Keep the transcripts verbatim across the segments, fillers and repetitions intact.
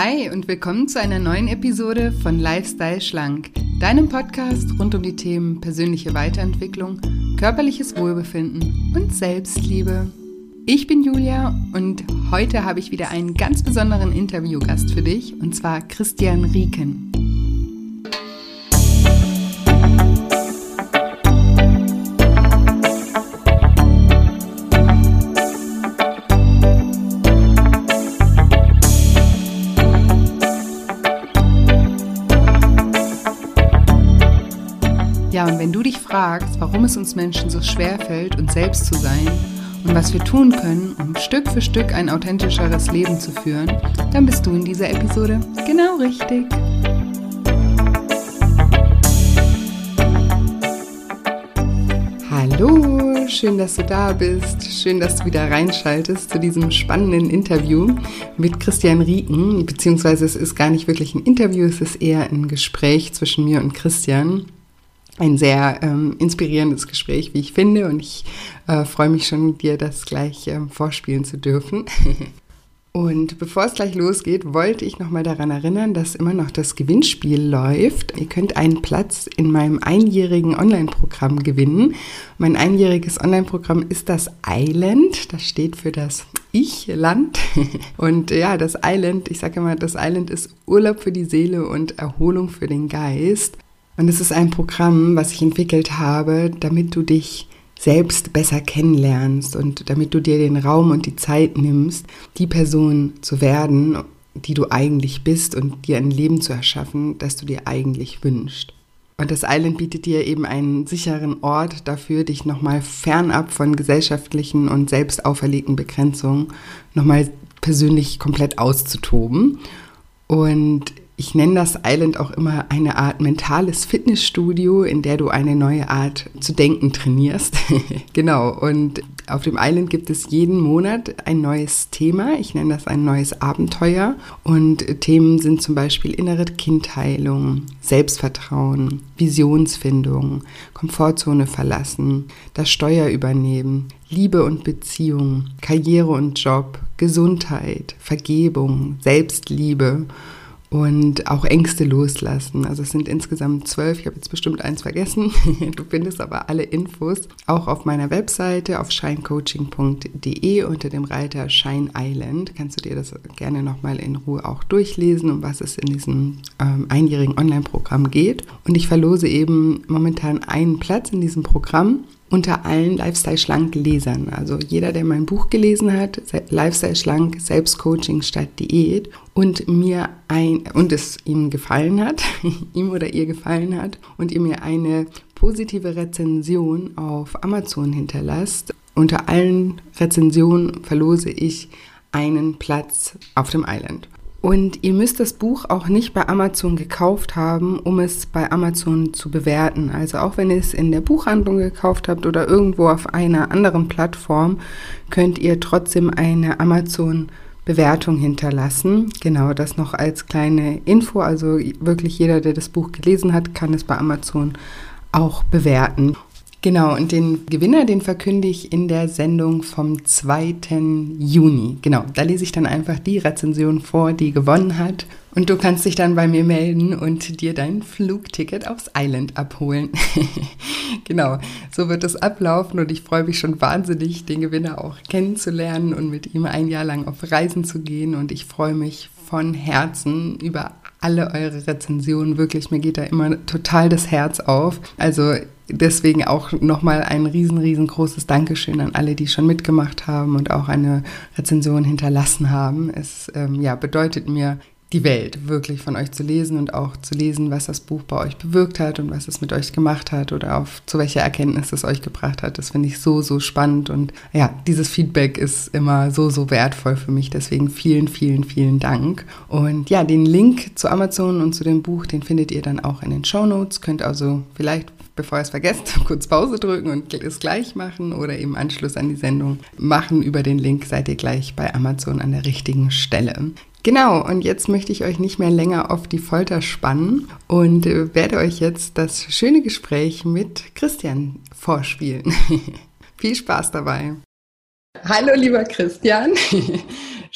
Hi und willkommen zu einer neuen Episode von Lifestyle Schlank, deinem Podcast rund um die Themen persönliche Weiterentwicklung, körperliches Wohlbefinden und Selbstliebe. Ich bin Julia und heute habe ich wieder einen ganz besonderen Interviewgast für dich, und zwar Christian Rieken. Ja, und wenn du dich fragst, warum es uns Menschen so schwer fällt, uns selbst zu sein und was wir tun können, um Stück für Stück ein authentischeres Leben zu führen, dann bist du in dieser Episode genau richtig. Hallo, schön, dass du da bist. Schön, dass du wieder reinschaltest zu diesem spannenden Interview mit Christian Rieken. Beziehungsweise es ist gar nicht wirklich ein Interview, es ist eher ein Gespräch zwischen mir und Christian. Ein sehr ähm, inspirierendes Gespräch, wie ich finde, und ich äh, freue mich schon, dir das gleich ähm, vorspielen zu dürfen. Und bevor es gleich losgeht, wollte ich nochmal daran erinnern, dass immer noch das Gewinnspiel läuft. Ihr könnt einen Platz in meinem einjährigen Online-Programm gewinnen. Mein einjähriges Online-Programm ist das Island. Das steht für das Ich-Land. Und ja, das Island, ich sage immer, das Island ist Urlaub für die Seele und Erholung für den Geist. Und es ist ein Programm, was ich entwickelt habe, damit du dich selbst besser kennenlernst und damit du dir den Raum und die Zeit nimmst, die Person zu werden, die du eigentlich bist, und dir ein Leben zu erschaffen, das du dir eigentlich wünschst. Und das Island bietet dir eben einen sicheren Ort dafür, dich nochmal fernab von gesellschaftlichen und selbst auferlegten Begrenzungen nochmal persönlich komplett auszutoben. Und ich nenne das Island auch immer eine Art mentales Fitnessstudio, in der du eine neue Art zu denken trainierst. Genau, und auf dem Island gibt es jeden Monat ein neues Thema. Ich nenne das ein neues Abenteuer. Und Themen sind zum Beispiel innere Kindheilung, Selbstvertrauen, Visionsfindung, Komfortzone verlassen, das Steuer übernehmen, Liebe und Beziehung, Karriere und Job, Gesundheit, Vergebung, Selbstliebe und auch Ängste loslassen. Also es sind insgesamt zwölf, ich habe jetzt bestimmt eins vergessen. Du findest aber alle Infos auch auf meiner Webseite auf shine coaching punkt de unter dem Reiter Shine Island. Kannst du dir das gerne nochmal in Ruhe auch durchlesen, um was es in diesem ähm, einjährigen Online-Programm geht. Und ich verlose eben momentan einen Platz in diesem Programm unter allen Lifestyle Schlank Lesern. Also jeder, der mein Buch gelesen hat, Lifestyle Schlank, Selbstcoaching statt Diät, und mir ein und es ihm gefallen hat, ihm oder ihr gefallen hat, und ihr mir eine positive Rezension auf Amazon hinterlasst. Unter allen Rezensionen verlose ich einen Platz auf dem Island. Und ihr müsst das Buch auch nicht bei Amazon gekauft haben, um es bei Amazon zu bewerten. Also auch wenn ihr es in der Buchhandlung gekauft habt oder irgendwo auf einer anderen Plattform, könnt ihr trotzdem eine Amazon-Bewertung hinterlassen. Genau, das noch als kleine Info. Also wirklich jeder, der das Buch gelesen hat, kann es bei Amazon auch bewerten. Genau, und den Gewinner, den verkünde ich in der Sendung vom zweiten Juni. Genau, da lese ich dann einfach die Rezension vor, die gewonnen hat. Und du kannst dich dann bei mir melden und dir dein Flugticket aufs Island abholen. Genau, so wird es ablaufen, und ich freue mich schon wahnsinnig, den Gewinner auch kennenzulernen und mit ihm ein Jahr lang auf Reisen zu gehen. Und ich freue mich von Herzen über alle eure Rezensionen. Wirklich, mir geht da immer total das Herz auf. Also deswegen auch nochmal ein riesen, riesengroßes Dankeschön an alle, die schon mitgemacht haben und auch eine Rezension hinterlassen haben. Es ähm, ja, bedeutet mir die Welt, wirklich von euch zu lesen und auch zu lesen, was das Buch bei euch bewirkt hat und was es mit euch gemacht hat oder auf zu welcher Erkenntnis es euch gebracht hat. Das finde ich so, so spannend, und ja, dieses Feedback ist immer so, so wertvoll für mich. Deswegen vielen, vielen, vielen Dank. Und ja, den Link zu Amazon und zu dem Buch, den findet ihr dann auch in den Shownotes. Könnt also vielleicht, bevor ihr es vergesst, kurz Pause drücken und es gleich machen oder im Anschluss an die Sendung machen. Über den Link seid ihr gleich bei Amazon an der richtigen Stelle. Genau, und jetzt möchte ich euch nicht mehr länger auf die Folter spannen und äh, werde euch jetzt das schöne Gespräch mit Christian vorspielen. Viel Spaß dabei. Hallo lieber Christian,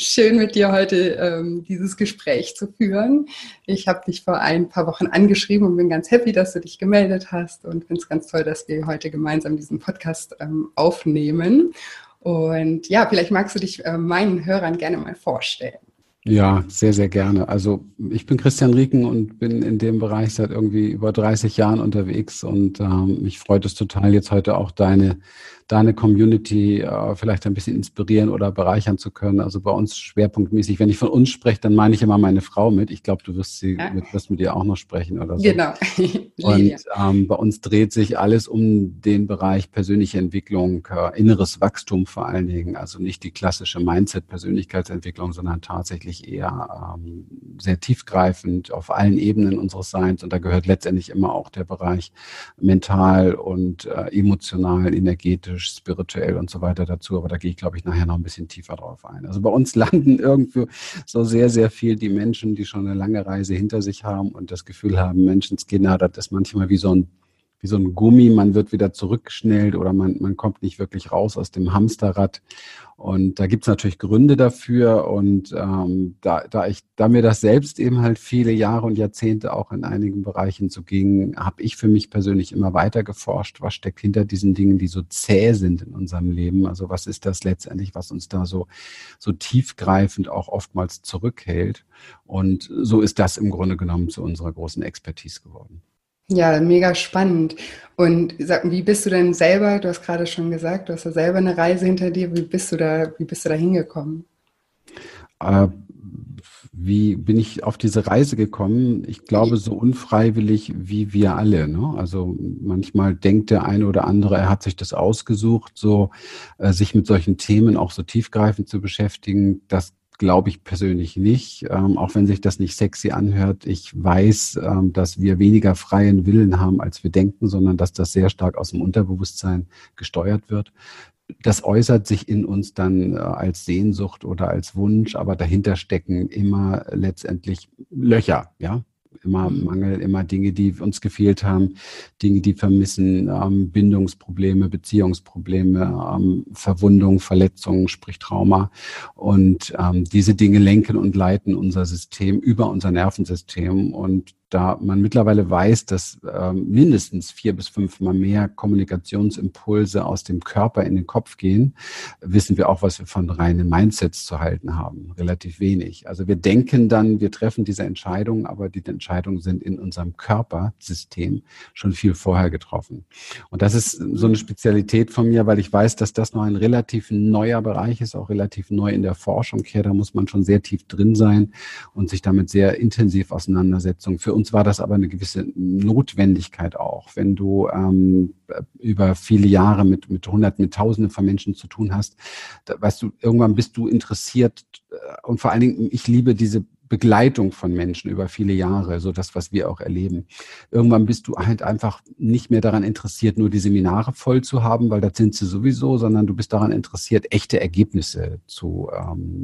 schön mit dir heute ähm, dieses Gespräch zu führen. Ich habe dich vor ein paar Wochen angeschrieben und bin ganz happy, dass du dich gemeldet hast und finde es ganz toll, dass wir heute gemeinsam diesen Podcast ähm, aufnehmen. Und ja, vielleicht magst du dich äh, meinen Hörern gerne mal vorstellen. Ja, sehr, sehr gerne. Also ich bin Christian Rieken und bin in dem Bereich seit irgendwie über dreißig Jahren unterwegs und ähm, mich freut es total, jetzt heute auch deine, deine Community äh, vielleicht ein bisschen inspirieren oder bereichern zu können. Also bei uns schwerpunktmäßig, wenn ich von uns spreche, dann meine ich immer meine Frau mit. Ich glaube, du wirst sie Ja. mit, wirst mit ihr auch noch sprechen oder so. Genau. Und ähm, bei uns dreht sich alles um den Bereich persönliche Entwicklung, äh, inneres Wachstum vor allen Dingen. Also nicht die klassische Mindset-Persönlichkeitsentwicklung, sondern tatsächlich eher ähm, sehr tiefgreifend auf allen Ebenen unseres Seins. Und da gehört letztendlich immer auch der Bereich mental und äh, emotional, energetisch, spirituell und so weiter dazu. Aber da gehe ich, glaube ich, nachher noch ein bisschen tiefer drauf ein. Also bei uns landen irgendwo so sehr, sehr viel die Menschen, die schon eine lange Reise hinter sich haben und das Gefühl haben, Menschenskinder, das ist manchmal wie so ein wie so ein Gummi, man wird wieder zurückgeschnellt oder man, man kommt nicht wirklich raus aus dem Hamsterrad. Und da gibt's natürlich Gründe dafür. Und ähm, da, da ich, da mir das selbst eben halt viele Jahre und Jahrzehnte auch in einigen Bereichen so ging, habe ich für mich persönlich immer weiter geforscht, was steckt hinter diesen Dingen, die so zäh sind in unserem Leben. Also was ist das letztendlich, was uns da so, so tiefgreifend auch oftmals zurückhält. Und so ist das im Grunde genommen zu unserer großen Expertise geworden. Ja, mega spannend. Und sag, wie bist du denn selber, du hast gerade schon gesagt, du hast ja selber eine Reise hinter dir, wie bist du da, wie bist du da hingekommen? Äh, wie bin ich auf diese Reise gekommen? Ich glaube, so unfreiwillig wie wir alle, ne? Also manchmal denkt der eine oder andere, er hat sich das ausgesucht, so äh, sich mit solchen Themen auch so tiefgreifend zu beschäftigen. Das glaube ich persönlich nicht, ähm, auch wenn sich das nicht sexy anhört. Ich weiß, ähm, dass wir weniger freien Willen haben, als wir denken, sondern dass das sehr stark aus dem Unterbewusstsein gesteuert wird. Das äußert sich in uns dann äh, als Sehnsucht oder als Wunsch, aber dahinter stecken immer letztendlich Löcher, ja. Immer Mangel, immer Dinge, die uns gefehlt haben, Dinge, die vermissen, ähm, Bindungsprobleme, Beziehungsprobleme, ähm, Verwundung, Verletzungen, sprich Trauma. Und ähm, diese Dinge lenken und leiten unser System über unser Nervensystem. Und da man mittlerweile weiß, dass ähm, mindestens vier bis fünfmal mehr Kommunikationsimpulse aus dem Körper in den Kopf gehen, wissen wir auch, was wir von reinen Mindsets zu halten haben. Relativ wenig. Also wir denken dann, wir treffen diese Entscheidungen, aber die Entscheidungen sind in unserem Körpersystem schon viel vorher getroffen. Und das ist so eine Spezialität von mir, weil ich weiß, dass das noch ein relativ neuer Bereich ist, auch relativ neu in der Forschung her. Da muss man schon sehr tief drin sein und sich damit sehr intensiv auseinandersetzen. Für uns war das aber eine gewisse Notwendigkeit auch. Wenn du ähm, über viele Jahre mit, mit Hunderten, mit Tausenden von Menschen zu tun hast, da, weißt du, irgendwann bist du interessiert und vor allen Dingen, ich liebe diese Begleitung von Menschen über viele Jahre, so das, was wir auch erleben. Irgendwann bist du halt einfach nicht mehr daran interessiert, nur die Seminare voll zu haben, weil das sind sie sowieso, sondern du bist daran interessiert, echte Ergebnisse zu, ähm,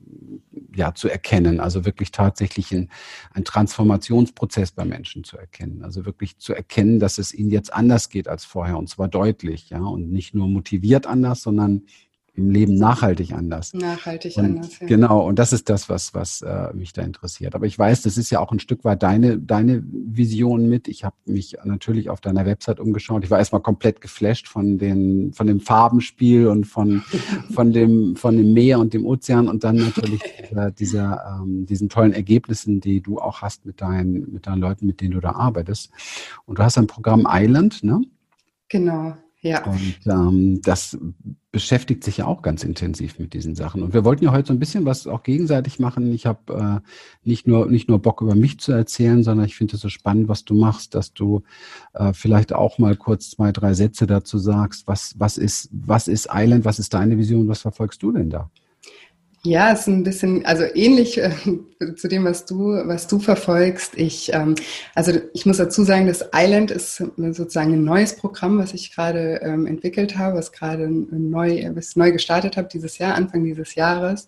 ja, zu erkennen. Also wirklich tatsächlich ein, ein Transformationsprozess bei Menschen zu erkennen. Also wirklich zu erkennen, dass es ihnen jetzt anders geht als vorher und zwar deutlich, ja, und nicht nur motiviert anders, sondern im Leben nachhaltig anders. Nachhaltig und, anders, ja. Genau, und das ist das, was, was äh, mich da interessiert. Aber ich weiß, das ist ja auch ein Stück weit deine, deine Vision mit. Ich habe mich natürlich auf deiner Website umgeschaut. Ich war erstmal komplett geflasht von, den, von dem Farbenspiel und von, von, dem, von dem Meer und dem Ozean und dann natürlich dieser, dieser, ähm, diesen tollen Ergebnissen, die du auch hast mit deinen, mit deinen Leuten, mit denen du da arbeitest. Und du hast ein Programm Island, ne? Genau. Ja. Und ähm, das beschäftigt sich ja auch ganz intensiv mit diesen Sachen. Und wir wollten ja heute so ein bisschen was auch gegenseitig machen. Ich habe äh, nicht nur nicht nur Bock über mich zu erzählen, sondern ich finde es so spannend, was du machst, dass du äh, vielleicht auch mal kurz zwei, drei Sätze dazu sagst. Was was ist was ist Island? Was ist deine Vision? Was verfolgst du denn da? Ja, es ist ein bisschen, also ähnlich äh, zu dem, was du, was du verfolgst. Ich, ähm, also ich muss dazu sagen, das Island ist sozusagen ein neues Programm, was ich gerade ähm, entwickelt habe, was gerade neu, was neu gestartet habe dieses Jahr, Anfang dieses Jahres.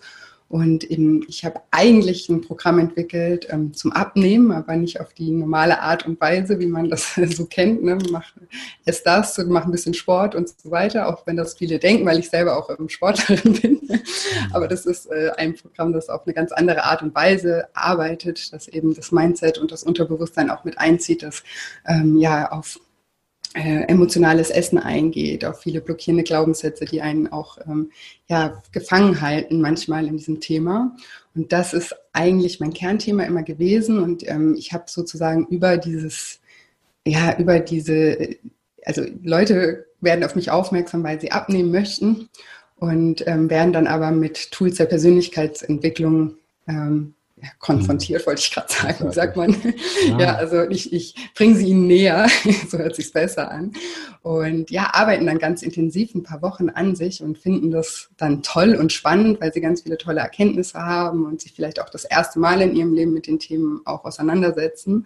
Und eben, ich habe eigentlich ein Programm entwickelt ähm, zum Abnehmen, aber nicht auf die normale Art und Weise, wie man das so kennt. Ne? Mach erst das, mach ein bisschen Sport und so weiter, auch wenn das viele denken, weil ich selber auch ähm, Sportlerin bin. Aber das ist äh, ein Programm, das auf eine ganz andere Art und Weise arbeitet, das eben das Mindset und das Unterbewusstsein auch mit einzieht, das ähm, ja auf äh, emotionales Essen eingeht, auf viele blockierende Glaubenssätze, die einen auch ähm, ja, gefangen halten manchmal in diesem Thema. Und das ist eigentlich mein Kernthema immer gewesen. Und ähm, ich habe sozusagen über dieses, ja, über diese, also Leute werden auf mich aufmerksam, weil sie abnehmen möchten und ähm, werden dann aber mit Tools der Persönlichkeitsentwicklung ähm, ja, konfrontiert, wollte ich gerade sagen, sagt man. Ja, ja also ich, ich bringe sie ihnen näher, so hört sich's besser an. Und ja, arbeiten dann ganz intensiv ein paar Wochen an sich und finden das dann toll und spannend, weil sie ganz viele tolle Erkenntnisse haben und sich vielleicht auch das erste Mal in ihrem Leben mit den Themen auch auseinandersetzen.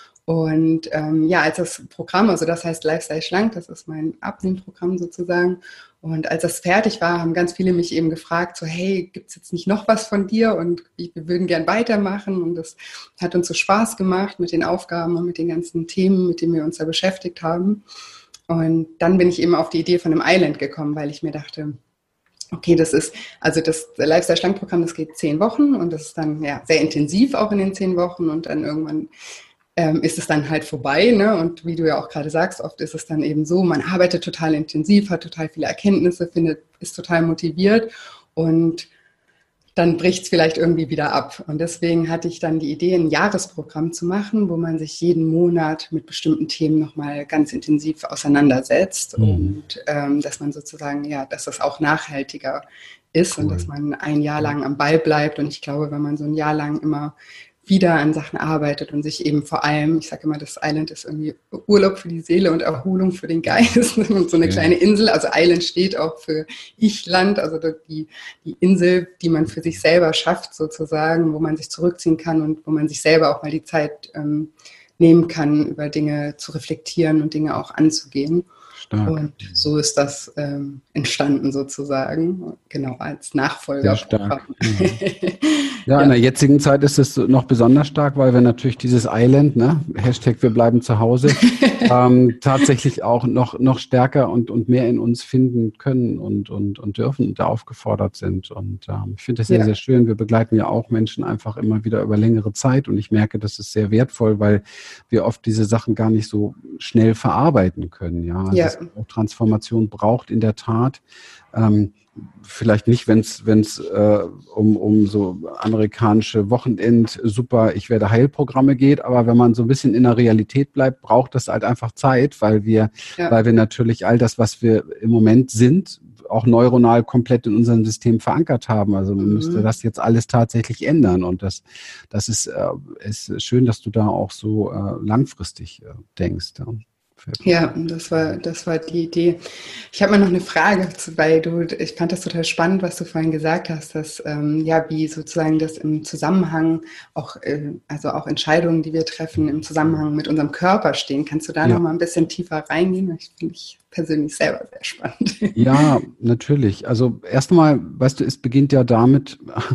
Und ähm, ja, als das Programm, also das heißt Lifestyle Schlank, das ist mein Abnehmprogramm sozusagen. Und als das fertig war, haben ganz viele mich eben gefragt, so hey, gibt's jetzt nicht noch was von dir? Und wir würden gern weitermachen. Und das hat uns so Spaß gemacht mit den Aufgaben und mit den ganzen Themen, mit denen wir uns da beschäftigt haben. Und dann bin ich eben auf die Idee von einem Island gekommen, weil ich mir dachte, okay, das ist, also das Lifestyle-Schlank-Programm, das geht zehn Wochen und das ist dann ja sehr intensiv auch in den zehn Wochen und dann irgendwann ähm, ist es dann halt vorbei, ne? Und wie du ja auch gerade sagst, oft ist es dann eben so, man arbeitet total intensiv, hat total viele Erkenntnisse, findet, ist total motiviert und dann bricht es vielleicht irgendwie wieder ab. Und deswegen hatte ich dann die Idee, ein Jahresprogramm zu machen, wo man sich jeden Monat mit bestimmten Themen nochmal ganz intensiv auseinandersetzt mhm. und ähm, dass man sozusagen, ja, dass das auch nachhaltiger ist cool. Und dass man ein Jahr lang am Ball bleibt. Und ich glaube, wenn man so ein Jahr lang immer wieder an Sachen arbeitet und sich eben vor allem, ich sage immer, das Island ist irgendwie Urlaub für die Seele und Erholung für den Geist und so eine ja. kleine Insel, also Island steht auch für Ich-Land, also die, die Insel, die man für sich selber schafft sozusagen, wo man sich zurückziehen kann und wo man sich selber auch mal die Zeit ähm, nehmen kann, über Dinge zu reflektieren und Dinge auch anzugehen. Stark. Und so ist das ähm, entstanden sozusagen, genau als Nachfolgerprogramm. Ja, ja, ja, in der jetzigen Zeit ist es noch besonders stark, weil wir natürlich dieses Island, ne, Hashtag wir bleiben zu Hause, ähm, tatsächlich auch noch, noch stärker und, und mehr in uns finden können und, und, und dürfen und da aufgefordert sind. Und ähm, ich finde das sehr, ja. sehr schön. Wir begleiten ja auch Menschen einfach immer wieder über längere Zeit und ich merke, das ist sehr wertvoll, weil wir oft diese Sachen gar nicht so schnell verarbeiten können. Ja, also ja. Auch Transformation braucht in der Tat, ähm, vielleicht nicht, wenn es wenn es äh, um, um so amerikanische Wochenend super, ich werde Heilprogramme geht, aber wenn man so ein bisschen in der Realität bleibt, braucht das halt einfach Zeit, weil wir, ja. weil wir natürlich all das, was wir im Moment sind, auch neuronal komplett in unserem System verankert haben. Also man mhm. müsste das jetzt alles tatsächlich ändern und das, das ist, äh, ist schön, dass du da auch so äh, langfristig äh, denkst. Ja. Ja, das war, das war die Idee. Ich habe mal noch eine Frage, weil du, ich fand das total spannend, was du vorhin gesagt hast, dass ähm, ja, wie sozusagen das im Zusammenhang auch, äh, also auch Entscheidungen, die wir treffen, im Zusammenhang mit unserem Körper stehen. Kannst du da ja. noch mal ein bisschen tiefer reingehen? Ich finde ich persönlich selber sehr spannend. Ja, natürlich. Also erst einmal, weißt du, es beginnt ja damit,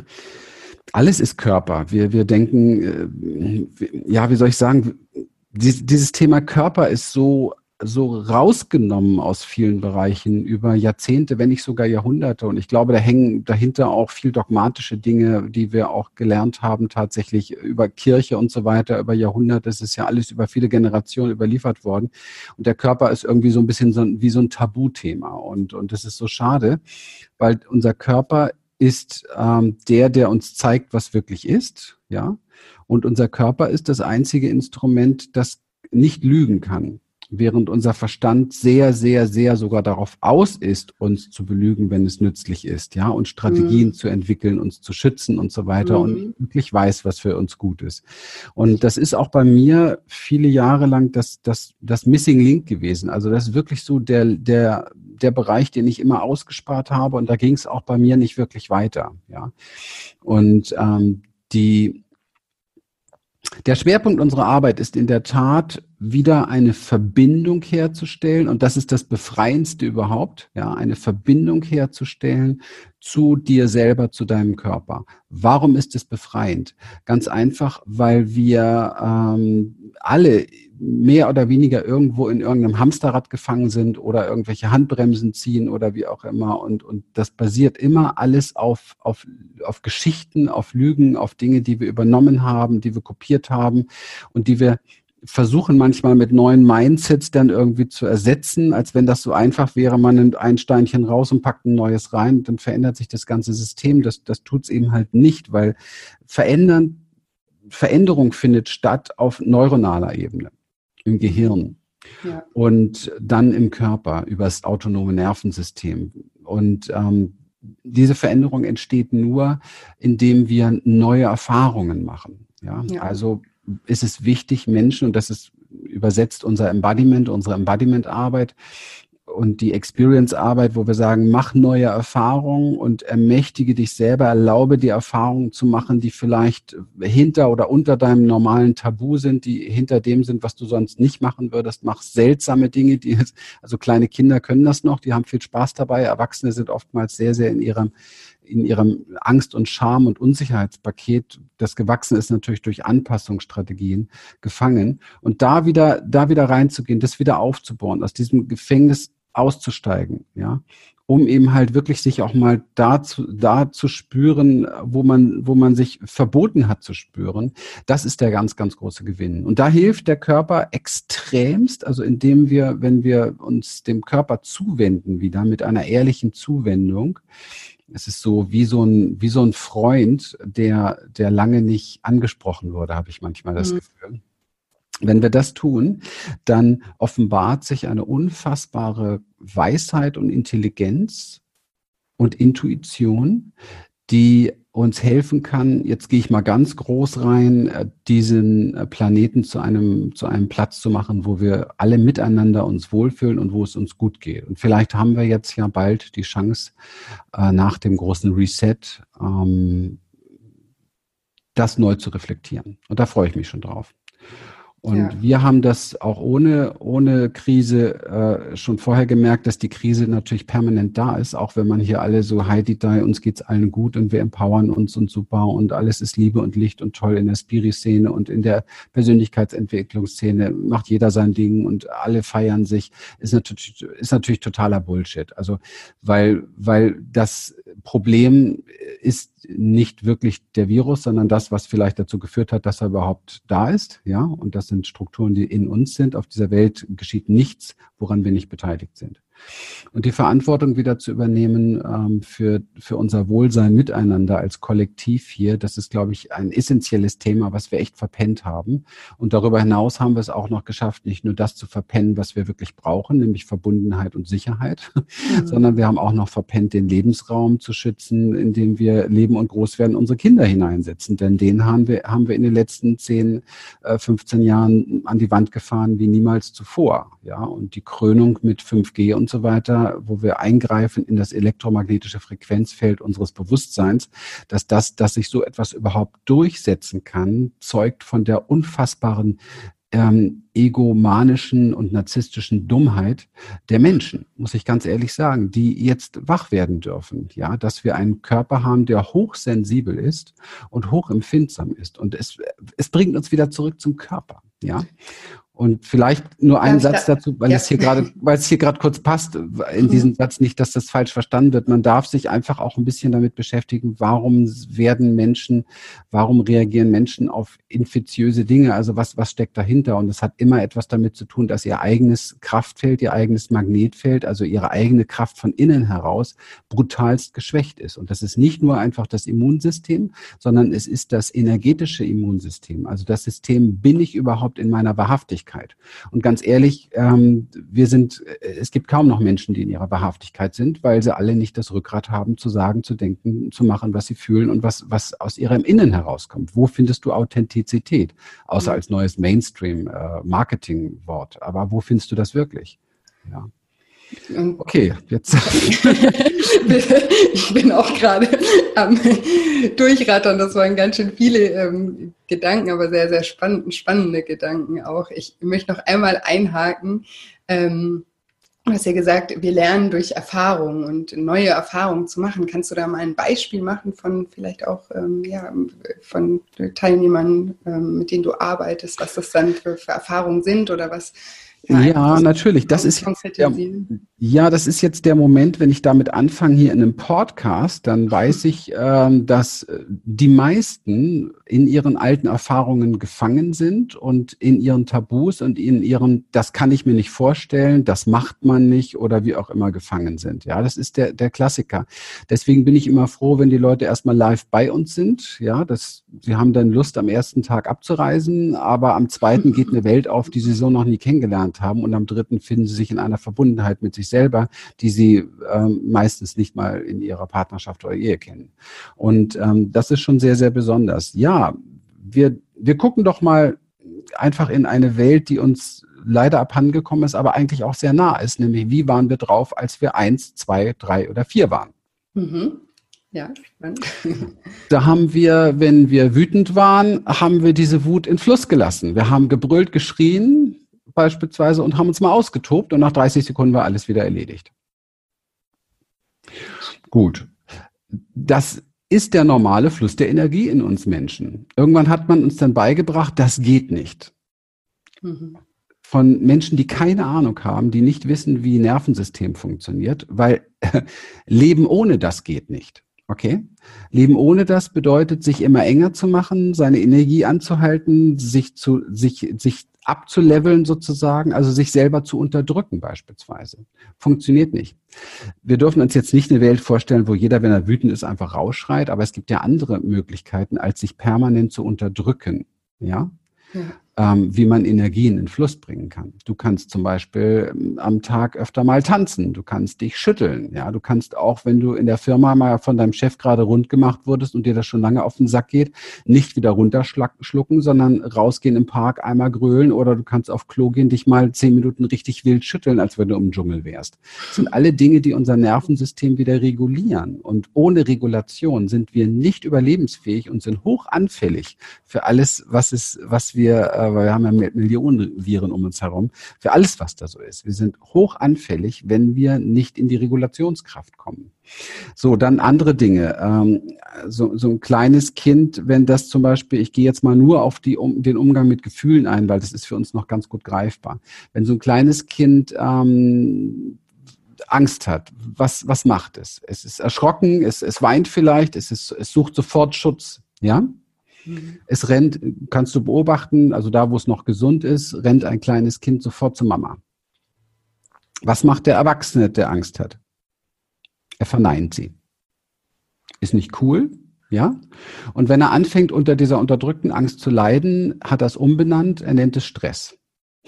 alles ist Körper. Wir, wir denken, äh, ja, wie soll ich sagen, dieses Thema Körper ist so, so rausgenommen aus vielen Bereichen über Jahrzehnte, wenn nicht sogar Jahrhunderte. Und ich glaube, da hängen dahinter auch viel dogmatische Dinge, die wir auch gelernt haben, tatsächlich über Kirche und so weiter, über Jahrhunderte. Es ist ja alles über viele Generationen überliefert worden. Und der Körper ist irgendwie so ein bisschen so, wie so ein Tabuthema. Und, und das ist so schade, weil unser Körper ist ähm, der, der uns zeigt, was wirklich ist, ja. Und unser Körper ist das einzige Instrument, das nicht lügen kann, während unser Verstand sehr, sehr, sehr sogar darauf aus ist, uns zu belügen, wenn es nützlich ist, ja, und Strategien mhm. zu entwickeln, uns zu schützen und so weiter mhm. und wirklich weiß, was für uns gut ist. Und das ist auch bei mir viele Jahre lang das, das, das Missing Link gewesen. Also das ist wirklich so der, der, der Bereich, den ich immer ausgespart habe und da ging es auch bei mir nicht wirklich weiter, ja. Und ähm, die Der Schwerpunkt unserer Arbeit ist in der Tat, wieder eine Verbindung herzustellen. Und das ist das Befreiendste überhaupt, ja, eine Verbindung herzustellen zu dir selber, zu deinem Körper. Warum ist es befreiend? Ganz einfach, weil wir ähm, alle mehr oder weniger irgendwo in irgendeinem Hamsterrad gefangen sind oder irgendwelche Handbremsen ziehen oder wie auch immer. Und, und das basiert immer alles auf, auf, auf Geschichten, auf Lügen, auf Dinge, die wir übernommen haben, die wir kopiert haben und die wir versuchen manchmal mit neuen Mindsets dann irgendwie zu ersetzen, als wenn das so einfach wäre, man nimmt ein Steinchen raus und packt ein neues rein, dann verändert sich das ganze System. Das, das tut es eben halt nicht, weil verändern, Veränderung findet statt auf neuronaler Ebene, im Gehirn. Ja. Und dann im Körper, über das autonome Nervensystem. Und ähm, diese Veränderung entsteht nur, indem wir neue Erfahrungen machen. Ja? Ja. Also ist es wichtig, Menschen, und das ist übersetzt unser Embodiment, unsere Embodiment-Arbeit und die Experience-Arbeit, wo wir sagen, mach neue Erfahrungen und ermächtige dich selber, erlaube dir Erfahrungen zu machen, die vielleicht hinter oder unter deinem normalen Tabu sind, die hinter dem sind, was du sonst nicht machen würdest. Mach seltsame Dinge, die, also kleine Kinder können das noch, die haben viel Spaß dabei. Erwachsene sind oftmals sehr, sehr in ihrem in ihrem Angst- und Scham- und Unsicherheitspaket, das gewachsen ist natürlich durch Anpassungsstrategien, gefangen. Und da wieder, da wieder reinzugehen, das wieder aufzubauen, aus diesem Gefängnis auszusteigen, ja, um eben halt wirklich sich auch mal da zu, da zu spüren, wo man, wo man sich verboten hat zu spüren. Das ist der ganz, ganz große Gewinn. Und da hilft der Körper extremst, also indem wir, wenn wir uns dem Körper zuwenden wieder mit einer ehrlichen Zuwendung. Es ist so wie so ein, wie so ein Freund, der, der lange nicht angesprochen wurde, habe ich manchmal das mhm. Gefühl. Wenn wir das tun, dann offenbart sich eine unfassbare Weisheit und Intelligenz und Intuition, die uns helfen kann, jetzt gehe ich mal ganz groß rein, diesen Planeten zu einem, zu einem Platz zu machen, wo wir alle miteinander uns wohlfühlen und wo es uns gut geht. Und vielleicht haben wir jetzt ja bald die Chance, nach dem großen Reset, das neu zu reflektieren. Und da freue ich mich schon drauf. Und ja. wir haben das auch ohne, ohne Krise äh, schon vorher gemerkt, dass die Krise natürlich permanent da ist, auch wenn man hier alle so Heidi-Dai, uns geht's allen gut und wir empowern uns und super und alles ist Liebe und Licht und toll in der Spiri-Szene und in der Persönlichkeitsentwicklungsszene macht jeder sein Ding und alle feiern sich, ist natürlich, ist natürlich totaler Bullshit. Also, weil, weil das Problem ist nicht wirklich der Virus, sondern das, was vielleicht dazu geführt hat, dass er überhaupt da ist, ja, und das sind Strukturen, die in uns sind. Auf dieser Welt geschieht nichts, woran wir nicht beteiligt sind. Und die Verantwortung wieder zu übernehmen ähm, für, für unser Wohlsein miteinander als Kollektiv hier, das ist, glaube ich, ein essentielles Thema, was wir echt verpennt haben. Und darüber hinaus haben wir es auch noch geschafft, nicht nur das zu verpennen, was wir wirklich brauchen, nämlich Verbundenheit und Sicherheit, mhm. sondern wir haben auch noch verpennt, den Lebensraum zu schützen, in dem wir leben und groß werden, unsere Kinder hineinsetzen. Denn den haben wir, haben wir in den letzten zehn, fünfzehn Jahren an die Wand gefahren wie niemals zuvor. Ja, und die Krönung mit fünf G und so weiter, wo wir eingreifen in das elektromagnetische Frequenzfeld unseres Bewusstseins, dass das, dass sich so etwas überhaupt durchsetzen kann, zeugt von der unfassbaren ähm, egomanischen und narzisstischen Dummheit der Menschen, muss ich ganz ehrlich sagen, die jetzt wach werden dürfen. Ja, dass wir einen Körper haben, der hochsensibel ist und hochempfindsam ist. Und es, es bringt uns wieder zurück zum Körper. Ja. Und vielleicht nur einen Satz dazu, weil ja. es hier gerade, weil es hier gerade kurz passt, in diesem Satz nicht, dass das falsch verstanden wird. Man darf sich einfach auch ein bisschen damit beschäftigen, warum werden Menschen, warum reagieren Menschen auf infiziöse Dinge? Also was, was steckt dahinter? Und es hat immer etwas damit zu tun, dass ihr eigenes Kraftfeld, ihr eigenes Magnetfeld, also ihre eigene Kraft von innen heraus brutalst geschwächt ist. Und das ist nicht nur einfach das Immunsystem, sondern es ist das energetische Immunsystem. Also das System, bin ich überhaupt in meiner Wahrhaftigkeit? Und ganz ehrlich, ähm, wir sind, es gibt kaum noch Menschen, die in ihrer Wahrhaftigkeit sind, weil sie alle nicht das Rückgrat haben, zu sagen, zu denken, zu machen, was sie fühlen und was, was aus ihrem Innen herauskommt. Wo findest du Authentizität? Außer als neues Mainstream-Marketing-Wort. Aber wo findest du das wirklich? Ja. Und okay, jetzt. ich bin auch gerade am Durchrattern. Das waren ganz schön viele ähm, Gedanken, aber sehr, sehr spannend, spannende Gedanken auch. Ich möchte noch einmal einhaken. Ähm, du hast ja gesagt, wir lernen durch Erfahrungen und neue Erfahrungen zu machen. Kannst du da mal ein Beispiel machen von vielleicht auch ähm, ja, von Teilnehmern, ähm, mit denen du arbeitest, was das dann für, für Erfahrungen sind oder was? Ja, ja, natürlich. Das ist jetzt der, ja, das ist jetzt der Moment, wenn ich damit anfange hier in einem Podcast, dann weiß ich, ähm, dass die meisten in ihren alten Erfahrungen gefangen sind und in ihren Tabus und in ihren, das kann ich mir nicht vorstellen, das macht man nicht oder wie auch immer gefangen sind. Ja, das ist der, der Klassiker. Deswegen bin ich immer froh, wenn die Leute erstmal live bei uns sind. Ja, das, sie haben dann Lust, am ersten Tag abzureisen, aber am zweiten geht eine Welt auf, die sie so noch nie kennengelernt haben und am dritten finden sie sich in einer Verbundenheit mit sich selber, die sie ähm, meistens nicht mal in ihrer Partnerschaft oder Ehe kennen. Und ähm, das ist schon sehr, sehr besonders. Ja, wir, wir gucken doch mal einfach in eine Welt, die uns leider abhandengekommen ist, aber eigentlich auch sehr nah ist, nämlich wie waren wir drauf, als wir eins, zwei, drei oder vier waren. Mhm. Ja, spannend. Da haben wir, wenn wir wütend waren, haben wir diese Wut in Fluss gelassen. Wir haben gebrüllt, geschrien, beispielsweise, und haben uns mal ausgetobt und nach dreißig Sekunden war alles wieder erledigt. Gut. Das ist der normale Fluss der Energie in uns Menschen. Irgendwann hat man uns dann beigebracht, das geht nicht. Mhm. Von Menschen, die keine Ahnung haben, die nicht wissen, wie Nervensystem funktioniert, weil Leben ohne das geht nicht. Okay? Leben ohne das bedeutet, sich immer enger zu machen, seine Energie anzuhalten, sich zu, sich, sich abzuleveln sozusagen, also sich selber zu unterdrücken beispielsweise. Funktioniert nicht. Wir dürfen uns jetzt nicht eine Welt vorstellen, wo jeder, wenn er wütend ist, einfach rausschreit, aber es gibt ja andere Möglichkeiten, als sich permanent zu unterdrücken. Ja? Ja. Ähm, wie man Energien in Fluss bringen kann. Du kannst zum Beispiel ähm, am Tag öfter mal tanzen, du kannst dich schütteln, ja, du kannst auch, wenn du in der Firma mal von deinem Chef gerade rund gemacht wurdest und dir das schon lange auf den Sack geht, nicht wieder runterschlucken, sondern rausgehen im Park, einmal grölen oder du kannst auf Klo gehen, dich mal zehn Minuten richtig wild schütteln, als wenn du im Dschungel wärst. Das sind alle Dinge, die unser Nervensystem wieder regulieren und ohne Regulation sind wir nicht überlebensfähig und sind hoch anfällig für alles, was ist, was wir äh, weil wir haben ja Millionen Viren um uns herum, für alles, was da so ist. Wir sind hoch anfällig, wenn wir nicht in die Regulationskraft kommen. So, dann andere Dinge. Ähm, so, so ein kleines Kind, wenn das zum Beispiel, ich gehe jetzt mal nur auf die, um, den Umgang mit Gefühlen ein, weil das ist für uns noch ganz gut greifbar. Wenn so ein kleines Kind ähm, Angst hat, was, was macht es? Es ist erschrocken, es, es weint vielleicht, es, ist, es sucht sofort Schutz, ja? Es rennt, kannst du beobachten, also da, wo es noch gesund ist, rennt ein kleines Kind sofort zur Mama. Was macht der Erwachsene, der Angst hat? Er verneint sie. Ist nicht cool, ja? Und wenn er anfängt, unter dieser unterdrückten Angst zu leiden, hat er es umbenannt, er nennt es Stress.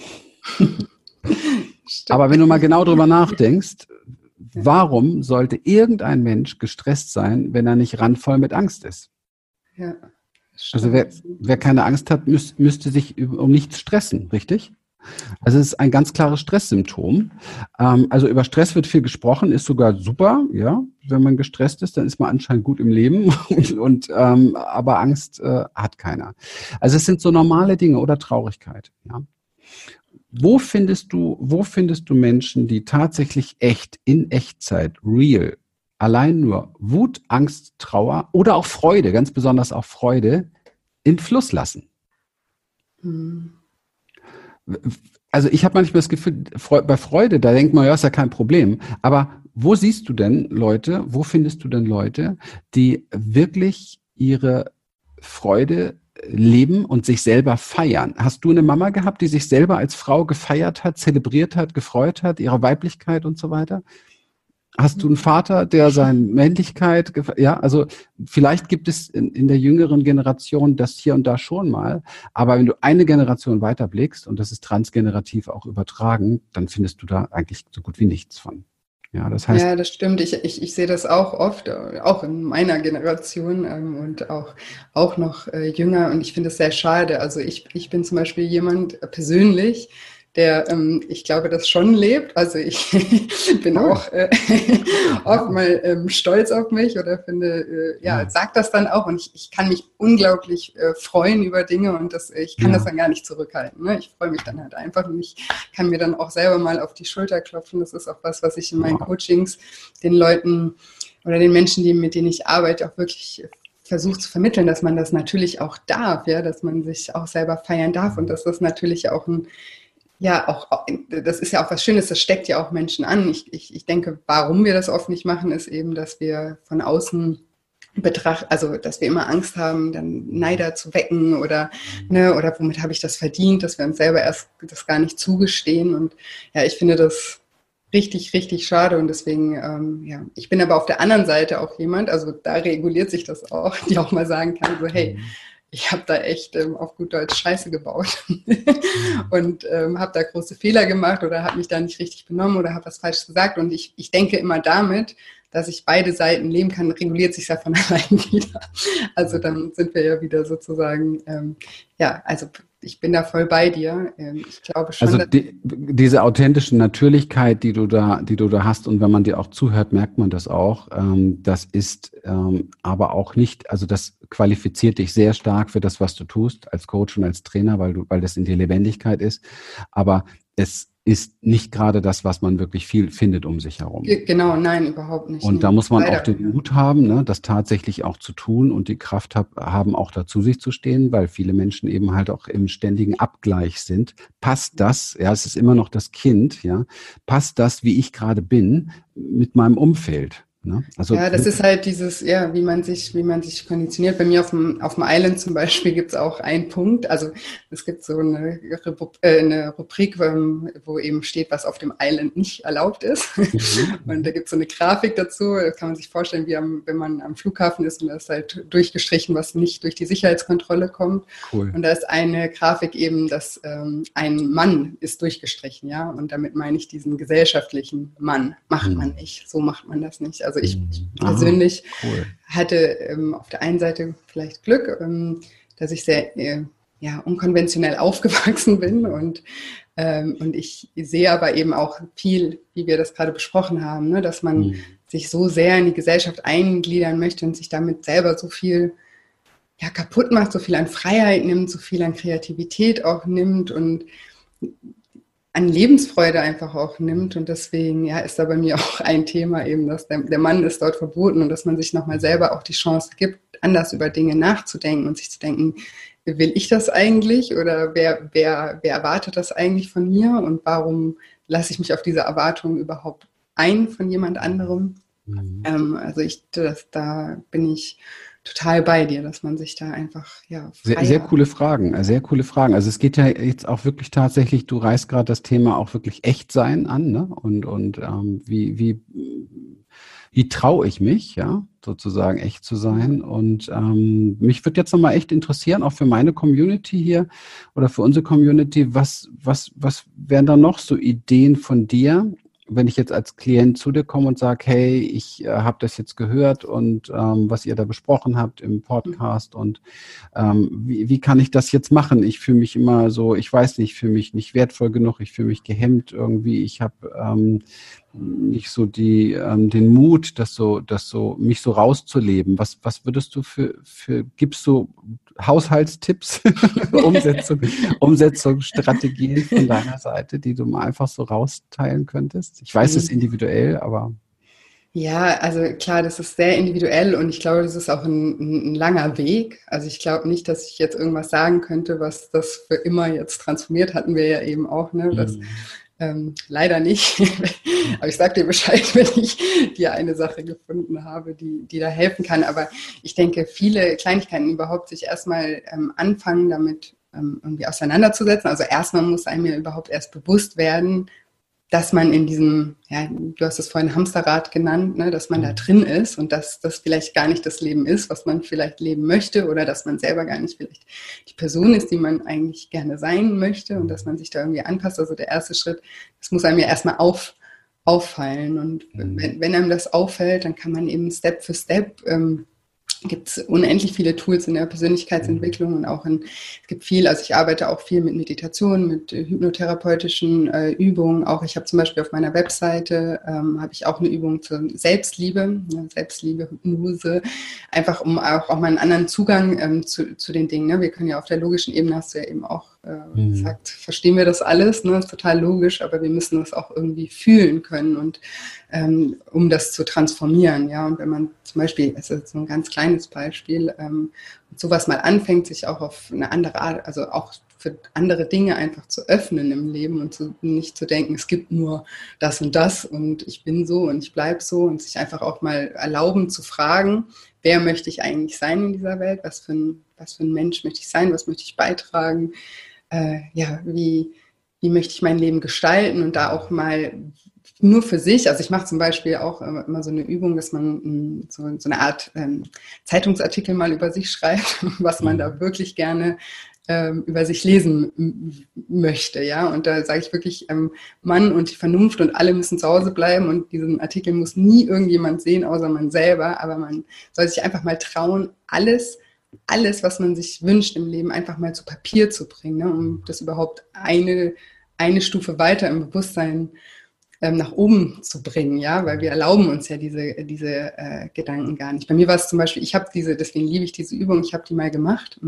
Aber wenn du mal genau drüber nachdenkst, warum sollte irgendein Mensch gestresst sein, wenn er nicht randvoll mit Angst ist? Ja. Also wer, wer keine Angst hat, müß, müsste sich um nichts stressen, richtig? Also es ist ein ganz klares Stresssymptom. Ähm, also über Stress wird viel gesprochen, ist sogar super, ja. Wenn man gestresst ist, dann ist man anscheinend gut im Leben. und, und ähm, aber Angst äh, hat keiner. Also es sind so normale Dinge oder Traurigkeit, ja. Wo findest du, wo findest du Menschen, die tatsächlich echt, in Echtzeit, real, allein nur Wut, Angst, Trauer oder auch Freude, ganz besonders auch Freude, in Fluss lassen? Hm. Also ich habe manchmal das Gefühl, bei Freude, da denkt man, ja, ist ja kein Problem. Aber wo siehst du denn Leute, wo findest du denn Leute, die wirklich ihre Freude leben und sich selber feiern? Hast du eine Mama gehabt, die sich selber als Frau gefeiert hat, zelebriert hat, gefreut hat, ihre Weiblichkeit und so weiter? Hast du einen Vater, der seine Männlichkeit, ja, also vielleicht gibt es in, in der jüngeren Generation das hier und da schon mal, aber wenn du eine Generation weiterblickst, und das ist transgenerativ auch übertragen, dann findest du da eigentlich so gut wie nichts von. Ja, das heißt. Ja, das stimmt. Ich, ich, ich sehe das auch oft, auch in meiner Generation ähm, und auch, auch noch äh, jünger, und ich finde es sehr schade. Also ich, ich bin zum Beispiel jemand äh, persönlich, der, ähm, ich glaube, das schon lebt. Also ich bin cool. auch äh, oft mal ähm, stolz auf mich oder finde, äh, ja, ja, sag das dann auch. Und ich, ich kann mich unglaublich äh, freuen über Dinge und das, ich kann ja. das dann gar nicht zurückhalten. Ne? Ich freue mich dann halt einfach und ich kann mir dann auch selber mal auf die Schulter klopfen. Das ist auch was, was ich in meinen wow. Coachings den Leuten oder den Menschen, die, mit denen ich arbeite, auch wirklich versucht zu vermitteln, dass man das natürlich auch darf, ja, dass man sich auch selber feiern darf und dass das natürlich auch ein, ja, auch, das ist ja auch was Schönes, das steckt ja auch Menschen an. Ich, ich, ich denke, warum wir das oft nicht machen, ist eben, dass wir von außen betrachten, also dass wir immer Angst haben, dann Neider zu wecken oder, ne, oder womit habe ich das verdient, dass wir uns selber erst das gar nicht zugestehen und ja, ich finde das richtig, richtig schade und deswegen, ähm, ja, ich bin aber auf der anderen Seite auch jemand, also da reguliert sich das auch, die auch mal sagen kann, so hey, ich habe da echt ähm, auf gut Deutsch Scheiße gebaut und ähm, habe da große Fehler gemacht oder habe mich da nicht richtig benommen oder habe was falsch gesagt und ich, ich denke immer damit, dass ich beide Seiten leben kann, reguliert sich ja von allein wieder. Also dann sind wir ja wieder sozusagen, ähm, ja, also ich bin da voll bei dir. Ähm, ich glaube schon. Also die, diese authentische Natürlichkeit, die du da, die du da hast, und wenn man dir auch zuhört, merkt man das auch. Ähm, das ist ähm, aber auch nicht, also das qualifiziert dich sehr stark für das, was du tust als Coach und als Trainer, weil du, weil das in dir Lebendigkeit ist. Aber es ist nicht gerade das, was man wirklich viel findet um sich herum. Genau, nein, überhaupt nicht. Und da muss man Leider. auch den Mut haben, ne, das tatsächlich auch zu tun und die Kraft hab, haben, auch dazu sich zu stehen, weil viele Menschen eben halt auch im ständigen Abgleich sind. Passt das, ja, es ist immer noch das Kind, ja, passt das, wie ich gerade bin, mit meinem Umfeld? Ne? Also, ja, das ist halt dieses, ja, wie man sich, wie man sich konditioniert. Bei mir auf dem, auf dem Island zum Beispiel gibt es auch einen Punkt. Also es gibt so eine, äh, eine Rubrik, wo eben steht, was auf dem Island nicht erlaubt ist. Mhm. Und da gibt es so eine Grafik dazu. Da kann man sich vorstellen, wie am, wenn man am Flughafen ist und da ist halt durchgestrichen, was nicht durch die Sicherheitskontrolle kommt. Cool. Und da ist eine Grafik eben, dass ähm, ein Mann ist durchgestrichen, ja. Und damit meine ich diesen gesellschaftlichen Mann. Macht mhm. man nicht. So macht man das nicht. Also ich, ich persönlich Aha, cool. hatte ähm, auf der einen Seite vielleicht Glück, ähm, dass ich sehr äh, ja, unkonventionell aufgewachsen bin und, ähm, und ich sehe aber eben auch viel, wie wir das gerade besprochen haben, ne, dass man mhm. sich so sehr in die Gesellschaft eingliedern möchte und sich damit selber so viel ja, kaputt macht, so viel an Freiheit nimmt, so viel an Kreativität auch nimmt und an Lebensfreude einfach auch nimmt und deswegen ja, ist da bei mir auch ein Thema eben, dass der, der Mann ist dort verboten und dass man sich nochmal selber auch die Chance gibt, anders über Dinge nachzudenken und sich zu denken, will ich das eigentlich oder wer, wer, wer erwartet das eigentlich von mir und warum lasse ich mich auf diese Erwartungen überhaupt ein von jemand anderem? Mhm. Ähm, also ich, das, da bin ich total bei dir, dass man sich da einfach, ja, sehr, sehr coole Fragen, sehr coole Fragen. Also es geht ja jetzt auch wirklich tatsächlich, du reißt gerade das Thema auch wirklich Echtsein an, ne? Und, und ähm, wie, wie, wie traue ich mich, ja, sozusagen echt zu sein? Und ähm, mich würde jetzt nochmal echt interessieren, auch für meine Community hier oder für unsere Community, was, was, was wären da noch so Ideen von dir, wenn ich jetzt als Klient zu dir komme und sage, hey, ich äh, habe das jetzt gehört und ähm, was ihr da besprochen habt im Podcast und ähm, wie, wie kann ich das jetzt machen? Ich fühle mich immer so, ich weiß nicht, ich fühle mich nicht wertvoll genug, ich fühle mich gehemmt irgendwie, ich habe ähm, nicht so die ähm, den Mut, das so, das so mich so rauszuleben. Was was würdest du für für gibst du Haushaltstipps, Umsetzung, Umsetzungsstrategien von deiner Seite, die du mal einfach so rausteilen könntest? Ich weiß, es ist individuell, aber ja, also klar, das ist sehr individuell und ich glaube, das ist auch ein, ein langer Weg. Also ich glaube nicht, dass ich jetzt irgendwas sagen könnte, was das für immer jetzt transformiert, hatten wir ja eben auch, ne? Das, mhm. Ähm, leider nicht, aber ich sage dir Bescheid, wenn ich dir eine Sache gefunden habe, die, die da helfen kann. Aber ich denke, viele Kleinigkeiten überhaupt sich erstmal ähm, anfangen, damit ähm, irgendwie auseinanderzusetzen. Also erstmal muss einem ja überhaupt erst bewusst werden, dass man in diesem, ja, du hast es vorhin Hamsterrad genannt, ne, dass man da drin ist und dass das vielleicht gar nicht das Leben ist, was man vielleicht leben möchte oder dass man selber gar nicht vielleicht die Person ist, die man eigentlich gerne sein möchte und dass man sich da irgendwie anpasst. Also der erste Schritt, das muss einem ja erstmal auf, auffallen und mhm. wenn, wenn einem das auffällt, dann kann man eben Step für Step ähm, gibt es unendlich viele Tools in der Persönlichkeitsentwicklung und auch in, es gibt viel, also ich arbeite auch viel mit Meditation, mit äh, hypnotherapeutischen äh, Übungen. Auch ich habe zum Beispiel auf meiner Webseite, ähm, habe ich auch eine Übung zur Selbstliebe, ja, Selbstliebe, Hypnose, einfach um auch, auch mal einen anderen Zugang ähm, zu, zu den Dingen. Ne? Wir können ja auf der logischen Ebene, hast du ja eben auch äh, mhm. gesagt, verstehen wir das alles, ne? Das ist total logisch, aber wir müssen das auch irgendwie fühlen können und ähm, um das zu transformieren. Ja? Und wenn man zum Beispiel, das ist so ein ganz kleines Beispiel, ähm, sowas mal anfängt, sich auch auf eine andere Art, also auch für andere Dinge einfach zu öffnen im Leben und zu, nicht zu denken, es gibt nur das und das und ich bin so und ich bleibe so und sich einfach auch mal erlauben zu fragen, wer möchte ich eigentlich sein in dieser Welt, was für ein, was für ein Mensch möchte ich sein, was möchte ich beitragen, äh, ja, wie, wie möchte ich mein Leben gestalten und da auch mal nur für sich, also ich mache zum Beispiel auch immer so eine Übung, dass man so, so eine Art ähm, Zeitungsartikel mal über sich schreibt, was man da wirklich gerne ähm, über sich lesen m- möchte, ja, und da sage ich wirklich, ähm, Mann und die Vernunft und alle müssen zu Hause bleiben und diesen Artikel muss nie irgendjemand sehen, außer man selber, aber man soll sich einfach mal trauen, alles, alles, was man sich wünscht im Leben, einfach mal zu Papier zu bringen, ne, um das überhaupt eine, eine Stufe weiter im Bewusstsein nach oben zu bringen, ja, weil wir erlauben uns ja diese, diese äh, Gedanken gar nicht. Bei mir war es zum Beispiel, ich habe diese, deswegen liebe ich diese Übung, ich habe die mal gemacht,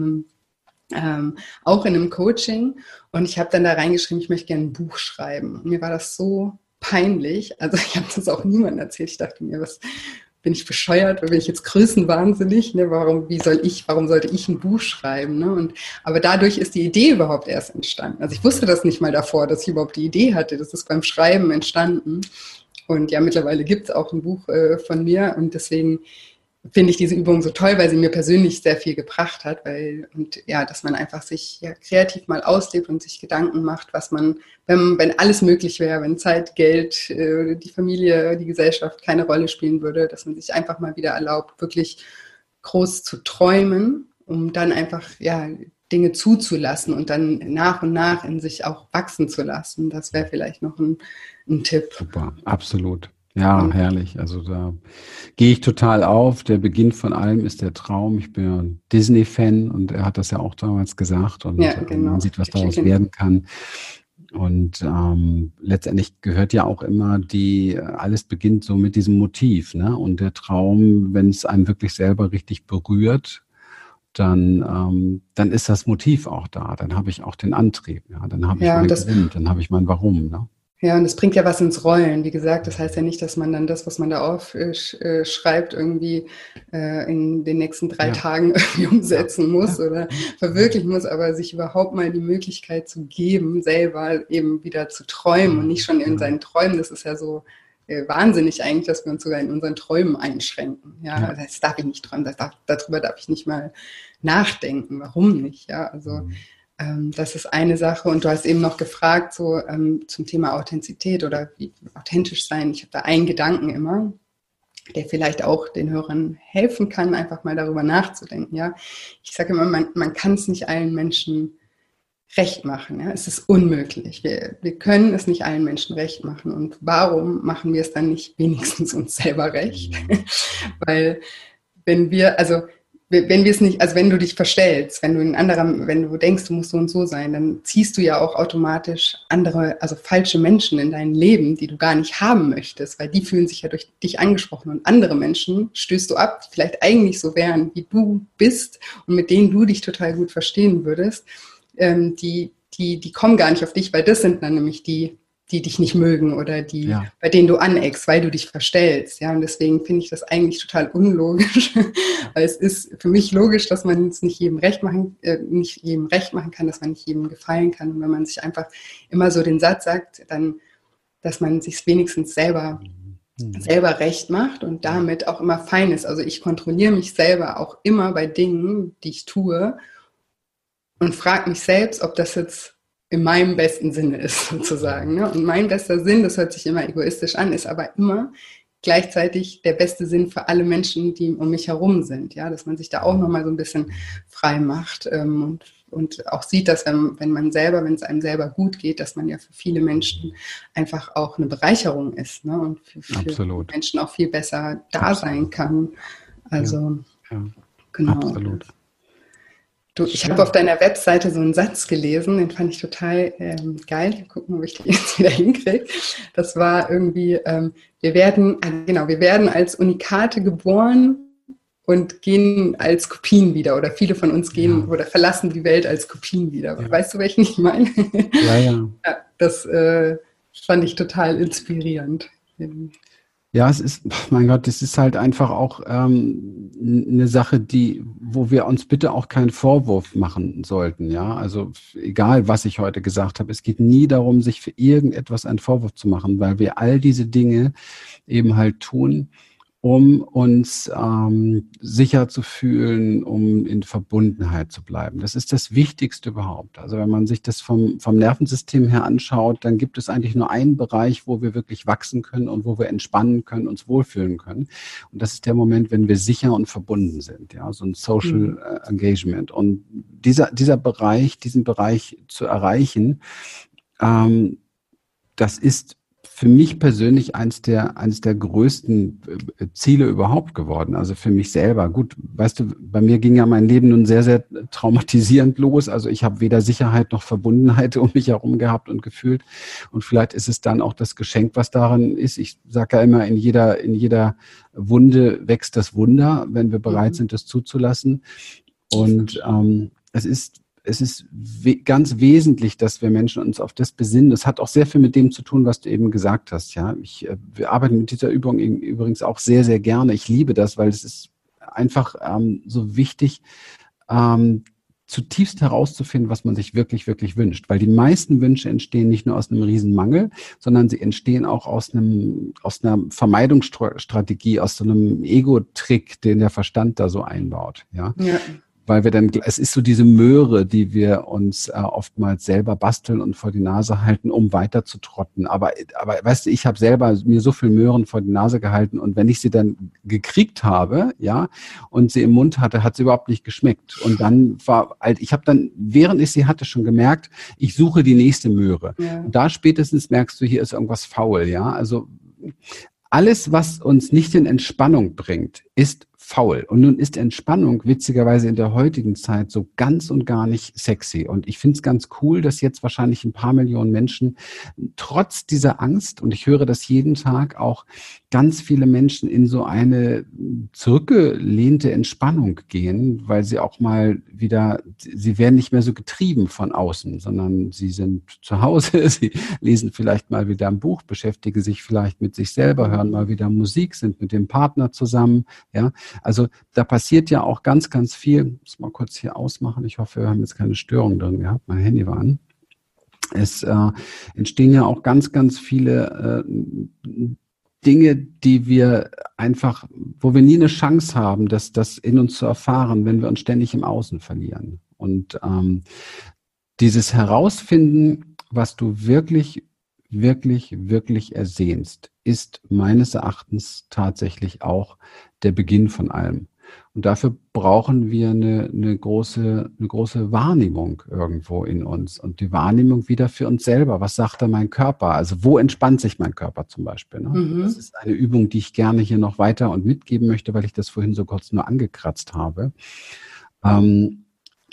ähm, auch in einem Coaching und ich habe dann da reingeschrieben, ich möchte gerne ein Buch schreiben. Und mir war das so peinlich, also ich habe das auch niemandem erzählt, ich dachte mir, was bin ich bescheuert, bin ich jetzt größenwahnsinnig, ne? Warum, wie soll ich, warum sollte ich ein Buch schreiben, ne? Und, aber dadurch ist die Idee überhaupt erst entstanden. Also ich wusste das nicht mal davor, dass ich überhaupt die Idee hatte, das ist beim Schreiben entstanden und ja, mittlerweile gibt es auch ein Buch äh, von mir und deswegen finde ich diese Übung so toll, weil sie mir persönlich sehr viel gebracht hat, weil, und ja, dass man einfach sich ja kreativ mal auslebt und sich Gedanken macht, was man, wenn, wenn alles möglich wäre, wenn Zeit, Geld, äh, die Familie, die Gesellschaft keine Rolle spielen würde, dass man sich einfach mal wieder erlaubt, wirklich groß zu träumen, um dann einfach, ja, Dinge zuzulassen und dann nach und nach in sich auch wachsen zu lassen. Das wäre vielleicht noch ein, ein Tipp. Super, absolut. Ja, herrlich. Also da gehe ich total auf. Der Beginn von allem ist der Traum. Ich bin ein Disney-Fan und er hat das ja auch damals gesagt und ja, genau. Man sieht, was daraus werden kann. Und ähm, letztendlich gehört ja auch immer die, alles beginnt so mit diesem Motiv, ne? Und der Traum, wenn es einen wirklich selber richtig berührt, dann, ähm, dann ist das Motiv auch da. Dann habe ich auch den Antrieb. Ja? Dann habe ich ja, mein das, Grund, dann habe ich mein Warum. Ne? Ja, und es bringt ja was ins Rollen. Wie gesagt, das heißt ja nicht, dass man dann das, was man da aufschreibt, irgendwie äh, in den nächsten drei ja. Tagen irgendwie umsetzen muss ja. oder verwirklichen muss, aber sich überhaupt mal die Möglichkeit zu geben, selber eben wieder zu träumen und nicht schon in seinen Träumen. Das ist ja so äh, wahnsinnig eigentlich, dass wir uns sogar in unseren Träumen einschränken. Ja, ja. Das darf ich nicht träumen, das darf, darüber darf ich nicht mal nachdenken. Warum nicht? Ja, also mhm. Das ist eine Sache. Und du hast eben noch gefragt, so ähm, zum Thema Authentizität oder wie authentisch sein. Ich habe da einen Gedanken immer, der vielleicht auch den Hörern helfen kann, einfach mal darüber nachzudenken. Ja, ich sage immer, man, man kann es nicht allen Menschen recht machen. Ja? Es ist unmöglich. Wir, wir können es nicht allen Menschen recht machen. Und warum machen wir es dann nicht wenigstens uns selber recht? Weil wenn wir, also wenn wir es nicht, also wenn du dich verstellst, wenn du in anderem, wenn du denkst, du musst so und so sein, dann ziehst du ja auch automatisch andere, also falsche Menschen in dein Leben, die du gar nicht haben möchtest, weil die fühlen sich ja durch dich angesprochen und andere Menschen stößt du ab, die vielleicht eigentlich so wären, wie du bist und mit denen du dich total gut verstehen würdest, ähm, die, die, die kommen gar nicht auf dich, weil das sind dann nämlich die, die dich nicht mögen oder die, ja. bei denen du aneckst, weil du dich verstellst. Ja, und deswegen finde ich das eigentlich total unlogisch, weil es ist für mich logisch, dass man es nicht jedem recht machen, äh, nicht jedem recht machen kann, dass man nicht jedem gefallen kann. Und wenn man sich einfach immer so den Satz sagt, dann, dass man sich wenigstens selber, mhm. selber recht macht und damit auch immer fein ist. Also ich kontrolliere mich selber auch immer bei Dingen, die ich tue und frage mich selbst, ob das jetzt in meinem besten Sinne ist, sozusagen. Ne? Und mein bester Sinn, das hört sich immer egoistisch an, ist aber immer gleichzeitig der beste Sinn für alle Menschen, die um mich herum sind. Ja, dass man sich da auch nochmal so ein bisschen frei macht ähm, und, und auch sieht, dass wenn, wenn man selber, wenn es einem selber gut geht, dass man ja für viele Menschen einfach auch eine Bereicherung ist, ne? Und für, für Menschen auch viel besser da Absolut. sein kann. Also ja, Genau. absolut. Du, ich habe auf deiner Webseite so einen Satz gelesen, den fand ich total ähm, geil. Mal gucken, ob ich den jetzt wieder hinkriege. Das war irgendwie, ähm, wir werden, äh, genau, wir werden als Unikate geboren und gehen als Kopien wieder. Oder viele von uns gehen Ja. oder verlassen die Welt als Kopien wieder. Ja. Weißt du, welchen ich meine? Ja, ja. Ja, das äh, fand ich total inspirierend. Ja, es ist, mein Gott, das ist halt einfach auch ähm, eine Sache, die, wo wir uns bitte auch keinen Vorwurf machen sollten. Ja, also egal, was ich heute gesagt habe, es geht nie darum, sich für irgendetwas einen Vorwurf zu machen, weil wir all diese Dinge eben halt tun, um uns ähm, sicher zu fühlen, um in Verbundenheit zu bleiben. Das ist das Wichtigste überhaupt. Also wenn man sich das vom, vom Nervensystem her anschaut, dann gibt es eigentlich nur einen Bereich, wo wir wirklich wachsen können und wo wir entspannen können, uns wohlfühlen können. Und das ist der Moment, wenn wir sicher und verbunden sind. Ja, so ein Social mhm. Engagement. Und dieser, dieser Bereich, diesen Bereich zu erreichen, ähm, das ist für mich persönlich eins der, eines der größten Ziele überhaupt geworden. Also für mich selber. Gut, weißt du, bei mir ging ja mein Leben nun sehr, sehr traumatisierend los. Also ich habe weder Sicherheit noch Verbundenheit um mich herum gehabt und gefühlt. Und vielleicht ist es dann auch das Geschenk, was daran ist. Ich sage ja immer, in jeder, in jeder Wunde wächst das Wunder, wenn wir bereit sind, das zuzulassen. Und ähm, es ist Es ist we- ganz wesentlich, dass wir Menschen uns auf das besinnen. Das hat auch sehr viel mit dem zu tun, was du eben gesagt hast. Ja, ich, äh, wir arbeiten mit dieser Übung übrigens auch sehr, sehr gerne. Ich liebe das, weil es ist einfach ähm, so wichtig, ähm, zutiefst herauszufinden, was man sich wirklich, wirklich wünscht. Weil die meisten Wünsche entstehen nicht nur aus einem Riesenmangel, sondern sie entstehen auch aus einem, aus einer Vermeidungsstrategie, aus so einem Ego-Trick, den der Verstand da so einbaut. Ja. Ja. Weil wir dann, es ist so diese Möhre, die wir uns äh, oftmals selber basteln und vor die Nase halten, um weiter zu trotten. Aber, aber weißt du, ich habe selber mir so viel Möhren vor die Nase gehalten und wenn ich sie dann gekriegt habe, ja, und sie im Mund hatte, hat sie überhaupt nicht geschmeckt. Und dann war halt, ich habe dann, während ich sie hatte, schon gemerkt, ich suche die nächste Möhre. Ja. Und da spätestens merkst du, hier ist irgendwas faul, ja. Also alles, was uns nicht in Entspannung bringt, ist faul. Und nun ist Entspannung witzigerweise in der heutigen Zeit so ganz und gar nicht sexy. Und ich finde es ganz cool, dass jetzt wahrscheinlich ein paar Millionen Menschen trotz dieser Angst, und ich höre das jeden Tag, auch ganz viele Menschen in so eine zurückgelehnte Entspannung gehen, weil sie auch mal wieder, sie werden nicht mehr so getrieben von außen, sondern sie sind zu Hause, sie lesen vielleicht mal wieder ein Buch, beschäftigen sich vielleicht mit sich selber, hören mal wieder Musik, sind mit dem Partner zusammen, ja. Also da passiert ja auch ganz, ganz viel. Ich muss mal kurz hier ausmachen. Ich hoffe, wir haben jetzt keine Störung drin gehabt. Mein Handy war an. Es äh, entstehen ja auch ganz, ganz viele äh, Dinge, die wir einfach, wo wir nie eine Chance haben, das, das in uns zu erfahren, wenn wir uns ständig im Außen verlieren. Und ähm, dieses Herausfinden, was du wirklich, wirklich, wirklich ersehnst, ist meines Erachtens tatsächlich auch der Beginn von allem. Und dafür brauchen wir eine, eine große, eine große Wahrnehmung irgendwo in uns und die Wahrnehmung wieder für uns selber. Was sagt da mein Körper? Also wo entspannt sich mein Körper zum Beispiel? Ne? Mhm. Das ist eine Übung, die ich gerne hier noch weiter und mitgeben möchte, weil ich das vorhin so kurz nur angekratzt habe. Ähm,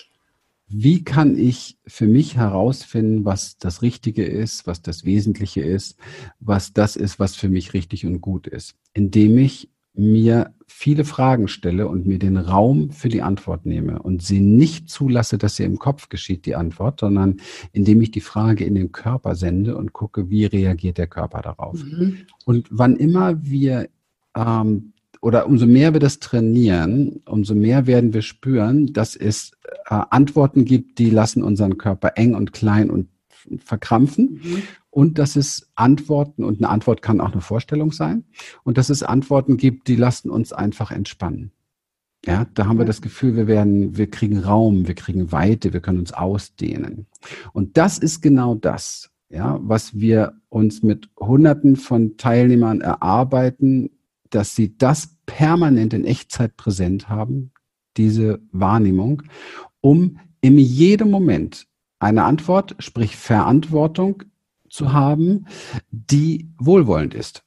Wie kann ich für mich herausfinden, was das Richtige ist, was das Wesentliche ist, was das ist, was für mich richtig und gut ist? Indem ich mir viele Fragen stelle und mir den Raum für die Antwort nehme und sie nicht zulasse, dass sie im Kopf geschieht, die Antwort, sondern indem ich die Frage in den Körper sende und gucke, wie reagiert der Körper darauf. Mhm. Und wann immer wir ähm, oder umso mehr wir das trainieren, umso mehr werden wir spüren, dass es äh, Antworten gibt, die lassen unseren Körper eng und klein und verkrampfen. Mhm. Und dass es Antworten, und eine Antwort kann auch eine Vorstellung sein, und dass es Antworten gibt, die lassen uns einfach entspannen. Ja, da haben wir das Gefühl, wir werden, wir kriegen Raum, wir kriegen Weite, wir können uns ausdehnen. Und das ist genau das, ja, was wir uns mit Hunderten von Teilnehmern erarbeiten, dass sie das permanent in Echtzeit präsent haben, diese Wahrnehmung, um in jedem Moment eine Antwort, sprich Verantwortung, zu haben, die wohlwollend ist.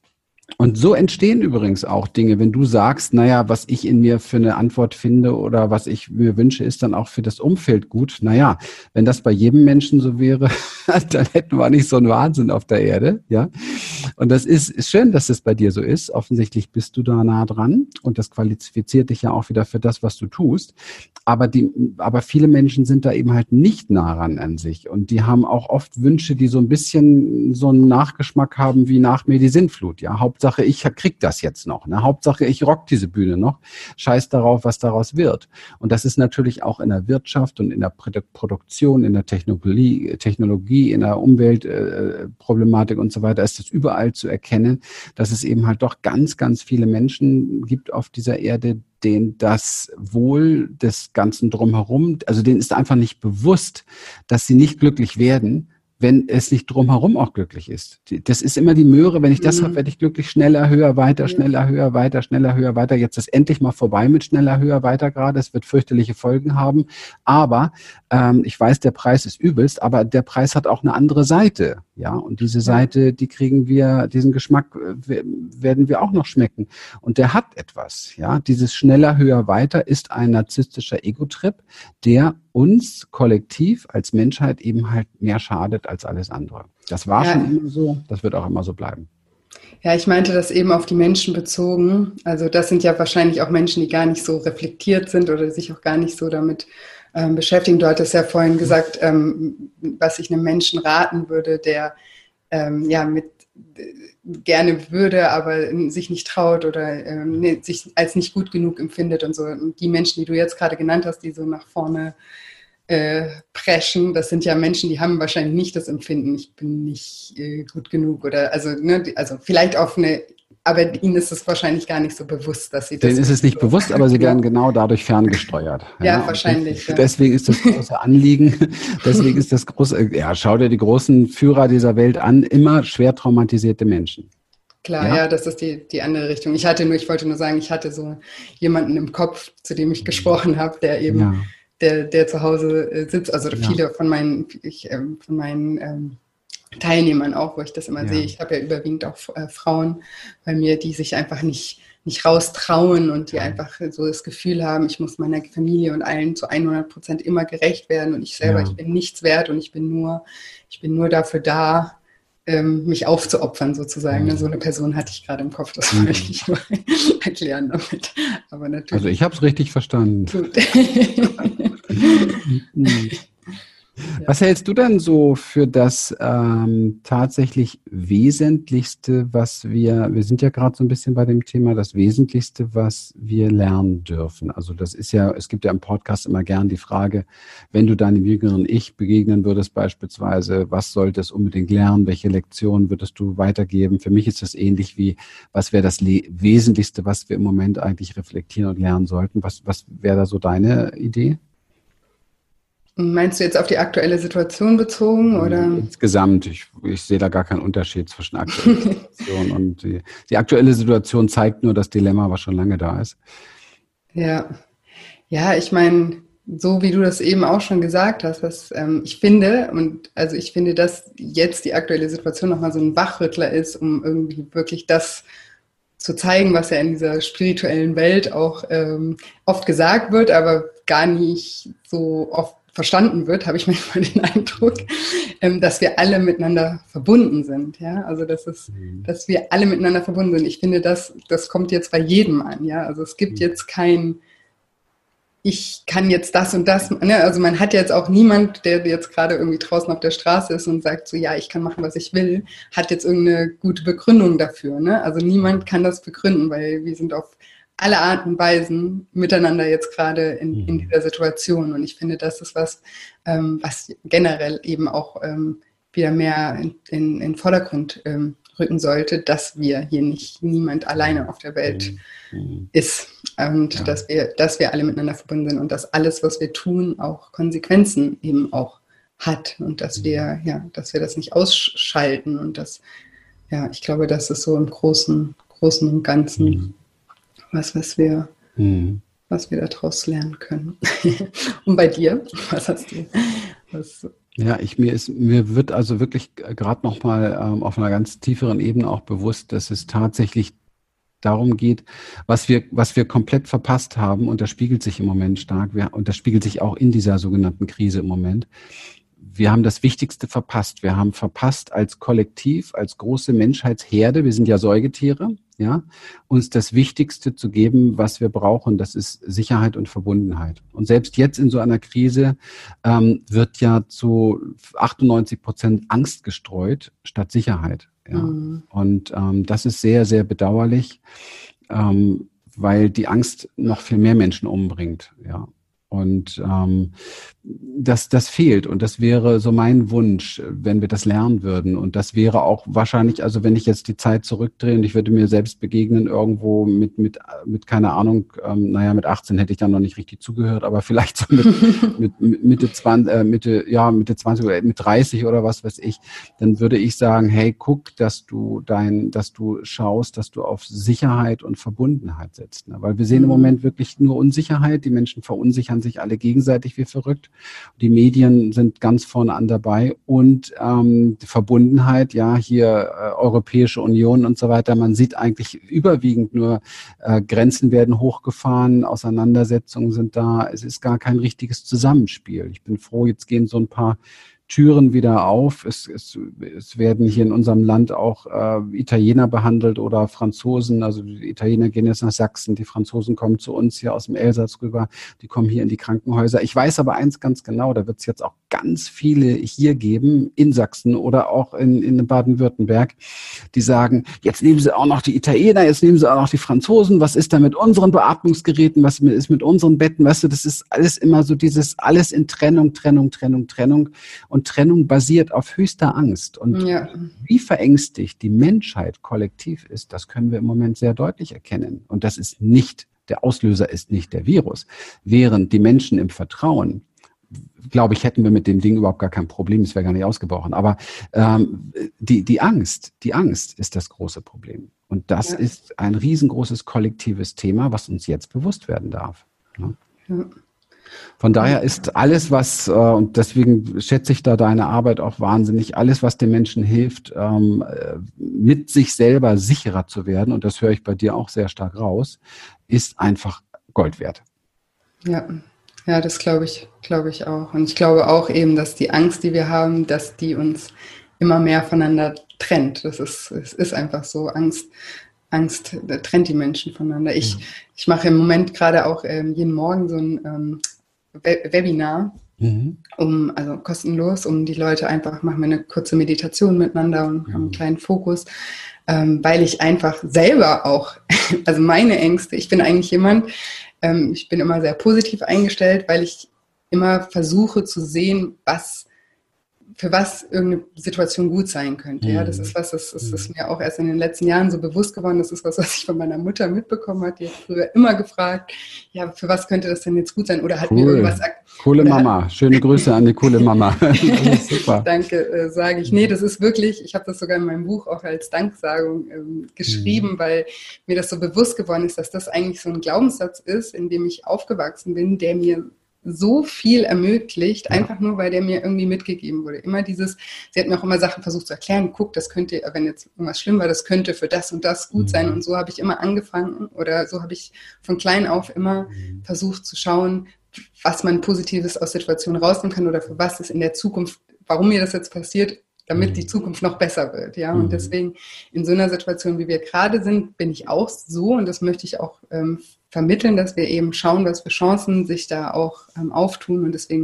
Und so entstehen übrigens auch Dinge, wenn du sagst, naja, was ich in mir für eine Antwort finde oder was ich mir wünsche, ist dann auch für das Umfeld gut. Naja, wenn das bei jedem Menschen so wäre, dann hätten wir nicht so einen Wahnsinn auf der Erde, ja. Und das ist, ist schön, dass es bei dir so ist. Offensichtlich bist du da nah dran und das qualifiziert dich ja auch wieder für das, was du tust. Aber die, aber viele Menschen sind da eben halt nicht nah ran an sich und die haben auch oft Wünsche, die so ein bisschen so einen Nachgeschmack haben wie nach mir die Sintflut, ja. Hauptsache ich krieg das jetzt noch, ne? Hauptsache ich rock diese Bühne noch. Scheiß darauf, was daraus wird. Und das ist natürlich auch in der Wirtschaft und in der Produktion, in der Technologie, Technologie in der Umweltproblematik äh, und so weiter ist es überall zu erkennen, dass es eben halt doch ganz, ganz viele Menschen gibt auf dieser Erde, denen das Wohl des Ganzen drumherum, also denen ist einfach nicht bewusst, dass sie nicht glücklich werden, wenn es nicht drumherum auch glücklich ist. Das ist immer die Möhre, wenn ich das mhm. habe, werde ich glücklich, schneller, höher, weiter, schneller, höher, weiter, schneller, höher, weiter. Jetzt ist endlich mal vorbei mit schneller, höher, weiter gerade. Es wird fürchterliche Folgen haben. Aber ähm, ich weiß, der Preis ist übelst, aber der Preis hat auch eine andere Seite. Ja, und diese Seite, die kriegen wir, diesen Geschmack äh, werden wir auch noch schmecken. Und der hat etwas. Ja, dieses schneller, höher, weiter ist ein narzisstischer Ego-Trip, der uns kollektiv als Menschheit eben halt mehr schadet als alles andere. Das war ja schon immer so, das wird auch immer so bleiben. Ja, ich meinte das eben auf die Menschen bezogen. Also das sind ja wahrscheinlich auch Menschen, die gar nicht so reflektiert sind oder sich auch gar nicht so damit ähm, beschäftigen. Du hattest ja vorhin gesagt, ähm, was ich einem Menschen raten würde, der ähm, ja mit gerne würde, aber sich nicht traut oder ähm, sich als nicht gut genug empfindet und so. Und die Menschen, die du jetzt gerade genannt hast, die so nach vorne äh, preschen, das sind ja Menschen, die haben wahrscheinlich nicht das Empfinden, ich bin nicht äh, gut genug oder also, ne, also vielleicht auf eine, aber ihnen ist es wahrscheinlich gar nicht so bewusst, dass sie das... Denen ist es nicht so bewusst, aber sie werden genau dadurch ferngesteuert. Ja, ja wahrscheinlich. Ja. Deswegen ist das große Anliegen, deswegen ist das große, ja, schau dir die großen Führer dieser Welt an, immer schwer traumatisierte Menschen. Klar, ja. ja, das ist die, die andere Richtung. Ich hatte nur, ich wollte nur sagen, ich hatte so jemanden im Kopf, zu dem ich gesprochen habe, der eben, ja. der, der zu Hause sitzt, also viele ja. von meinen, ich, ähm, von meinen ähm, Teilnehmern auch, wo ich das immer ja. sehe. Ich habe ja überwiegend auch äh, Frauen bei mir, die sich einfach nicht, nicht raustrauen und die ja. einfach so das Gefühl haben, ich muss meiner Familie und allen zu hundert Prozent immer gerecht werden und ich selber, ja. ich bin nichts wert und ich bin nur, ich bin nur dafür da, ähm, mich aufzuopfern sozusagen. Ja. So eine Person hatte ich gerade im Kopf, das wollte ich nicht nur erklären damit. Aber natürlich. Also ich habe es richtig verstanden. Gut. Was hältst du denn so für das ähm, tatsächlich Wesentlichste, was wir, wir sind ja gerade so ein bisschen bei dem Thema, das Wesentlichste, was wir lernen dürfen? Also das ist ja, es gibt ja im Podcast immer gern die Frage, wenn du deinem jüngeren Ich begegnen würdest beispielsweise, was sollte es unbedingt lernen, welche Lektionen würdest du weitergeben? Für mich ist das ähnlich wie, was wäre das Le- Wesentlichste, was wir im Moment eigentlich reflektieren und lernen sollten? Was, was wäre da so deine Idee? Meinst du jetzt auf die aktuelle Situation bezogen? Oder? Insgesamt, ich, ich sehe da gar keinen Unterschied zwischen aktueller Situation und die, die aktuelle Situation zeigt nur das Dilemma, was schon lange da ist. Ja, ja, ich meine, so wie du das eben auch schon gesagt hast, dass ähm, ich finde, und also ich finde, dass jetzt die aktuelle Situation nochmal so ein Wachrüttler ist, um irgendwie wirklich das zu zeigen, was ja in dieser spirituellen Welt auch ähm, oft gesagt wird, aber gar nicht so oft verstanden wird, habe ich manchmal den Eindruck, ähm, dass wir alle miteinander verbunden sind. Ja, also dass es, dass wir alle miteinander verbunden sind. Ich finde, das, das kommt jetzt bei jedem an. Ja, also es gibt jetzt kein, ich kann jetzt das und das. Ne? Also man hat jetzt auch niemand, der jetzt gerade irgendwie draußen auf der Straße ist und sagt so, ja, ich kann machen, was ich will, hat jetzt irgendeine gute Begründung dafür. Ne? Also niemand kann das begründen, weil wir sind auf alle Arten und Weisen miteinander jetzt gerade in, in dieser Situation. Und ich finde, das ist was, ähm, was generell eben auch ähm, wieder mehr in, in, in den Vordergrund ähm, rücken sollte, dass wir hier nicht niemand alleine auf der Welt mhm. ist. Und ja. dass wir, dass wir alle miteinander verbunden sind und dass alles, was wir tun, auch Konsequenzen eben auch hat. Und dass mhm. wir, ja, dass wir das nicht ausschalten. Und das, ja, ich glaube, das ist so im Großen, Großen und Ganzen mhm. was, was wir, mhm. was wir daraus lernen können. Und bei dir, was hast du, was, Ja, ich mir ist mir wird also wirklich gerade noch mal ähm, auf einer ganz tieferen Ebene auch bewusst, dass es tatsächlich darum geht, was wir was wir komplett verpasst haben, und das spiegelt sich im Moment stark, wir, und das spiegelt sich auch in dieser sogenannten Krise im Moment. Wir haben das Wichtigste verpasst. Wir haben verpasst, als Kollektiv, als große Menschheitsherde, wir sind ja Säugetiere, ja, uns das Wichtigste zu geben, was wir brauchen. Das ist Sicherheit und Verbundenheit. Und selbst jetzt in so einer Krise ähm, wird ja zu achtundneunzig Prozent Angst gestreut statt Sicherheit. Ja. Mhm. Und ähm, das ist sehr, sehr bedauerlich, ähm, weil die Angst noch viel mehr Menschen umbringt. Ja. Und ähm, das, das fehlt. Und das wäre so mein Wunsch, wenn wir das lernen würden. Und das wäre auch wahrscheinlich, also wenn ich jetzt die Zeit zurückdrehe und ich würde mir selbst begegnen irgendwo mit, mit, mit keine Ahnung, ähm, naja, mit achtzehn hätte ich dann noch nicht richtig zugehört, aber vielleicht so mit, mit, mit Mitte zwanzig, äh, Mitte, ja, Mitte zwanzig oder mit dreißig oder was weiß ich, dann würde ich sagen, hey, guck, dass du dein, dass du schaust, dass du auf Sicherheit und Verbundenheit setzt. Ne? Weil wir sehen im Moment wirklich nur Unsicherheit. Die Menschen verunsichern sich alle gegenseitig wie verrückt. Die Medien sind ganz vorne an dabei, und ähm, die Verbundenheit, ja, hier äh, Europäische Union und so weiter. Man sieht eigentlich überwiegend nur, äh, Grenzen werden hochgefahren, Auseinandersetzungen sind da. Es ist gar kein richtiges Zusammenspiel. Ich bin froh, jetzt gehen so ein paar Türen wieder auf. Es, es, es werden hier in unserem Land auch äh, Italiener behandelt oder Franzosen. Also die Italiener gehen jetzt nach Sachsen, die Franzosen kommen zu uns hier aus dem Elsass rüber, die kommen hier in die Krankenhäuser. Ich weiß aber eins ganz genau, da wird es jetzt auch ganz viele hier geben, in Sachsen oder auch in, in Baden-Württemberg, die sagen, jetzt nehmen sie auch noch die Italiener, jetzt nehmen sie auch noch die Franzosen, was ist da mit unseren Beatmungsgeräten, was ist mit unseren Betten, weißt du, das ist alles immer so dieses, alles in Trennung, Trennung, Trennung, Trennung. Und Trennung basiert auf höchster Angst. Und ja. Wie verängstigt die Menschheit kollektiv ist, das können wir im Moment sehr deutlich erkennen. Und das ist nicht, der Auslöser ist nicht der Virus. Während die Menschen im Vertrauen, glaube ich, hätten wir mit dem Ding überhaupt gar kein Problem, es wäre gar nicht ausgebrochen. Aber ähm, die, die Angst, die Angst ist das große Problem. Und das ja. ist ein riesengroßes kollektives Thema, was uns jetzt bewusst werden darf. Ne? Ja. Von daher ist alles, was, äh, und deswegen schätze ich da deine Arbeit auch wahnsinnig, alles, was den Menschen hilft, ähm, mit sich selber sicherer zu werden, und das höre ich bei dir auch sehr stark raus, ist einfach Gold wert. Ja, ja, das glaube ich, glaube ich auch. Und ich glaube auch eben, dass die Angst, die wir haben, dass die uns immer mehr voneinander trennt. Das ist, es ist einfach so. Angst, Angst trennt die Menschen voneinander. Ich, ja. ich mache im Moment gerade auch ähm, jeden Morgen so ein ähm, Webinar, mhm. um, also kostenlos, um die Leute einfach, machen wir eine kurze Meditation miteinander und ja. haben einen kleinen Fokus, ähm, weil ich einfach selber auch, also meine Ängste, ich bin eigentlich jemand, ähm, ich bin immer sehr positiv eingestellt, weil ich immer versuche zu sehen, was für was irgendeine Situation gut sein könnte. Ja, das ist was, das, das ist mir auch erst in den letzten Jahren so bewusst geworden. Das ist was, was ich von meiner Mutter mitbekommen habe. Die hat früher immer gefragt, ja, für was könnte das denn jetzt gut sein? Oder hat cool. mir irgendwas... Coole Mama. Hat, schöne Grüße an die coole Mama. Super. Danke, äh, sage ich. Nee, das ist wirklich, ich habe das sogar in meinem Buch auch als Danksagung ähm, geschrieben, mhm. weil mir das so bewusst geworden ist, dass das eigentlich so ein Glaubenssatz ist, in dem ich aufgewachsen bin, der mir so viel ermöglicht, ja. einfach nur, weil der mir irgendwie mitgegeben wurde. Immer dieses, sie hat mir auch immer Sachen versucht zu erklären, guck, das könnte, wenn jetzt irgendwas schlimm war, das könnte für das und das gut mhm. sein. Und so habe ich immer angefangen, oder so habe ich von klein auf immer mhm. versucht zu schauen, was man Positives aus Situationen rausnehmen kann oder für was es in der Zukunft, warum mir das jetzt passiert, damit die Zukunft noch besser wird. Ja, und deswegen in so einer Situation, wie wir gerade sind, bin ich auch so, und das möchte ich auch ähm, vermitteln, dass wir eben schauen, was für Chancen sich da auch ähm, auftun, und deswegen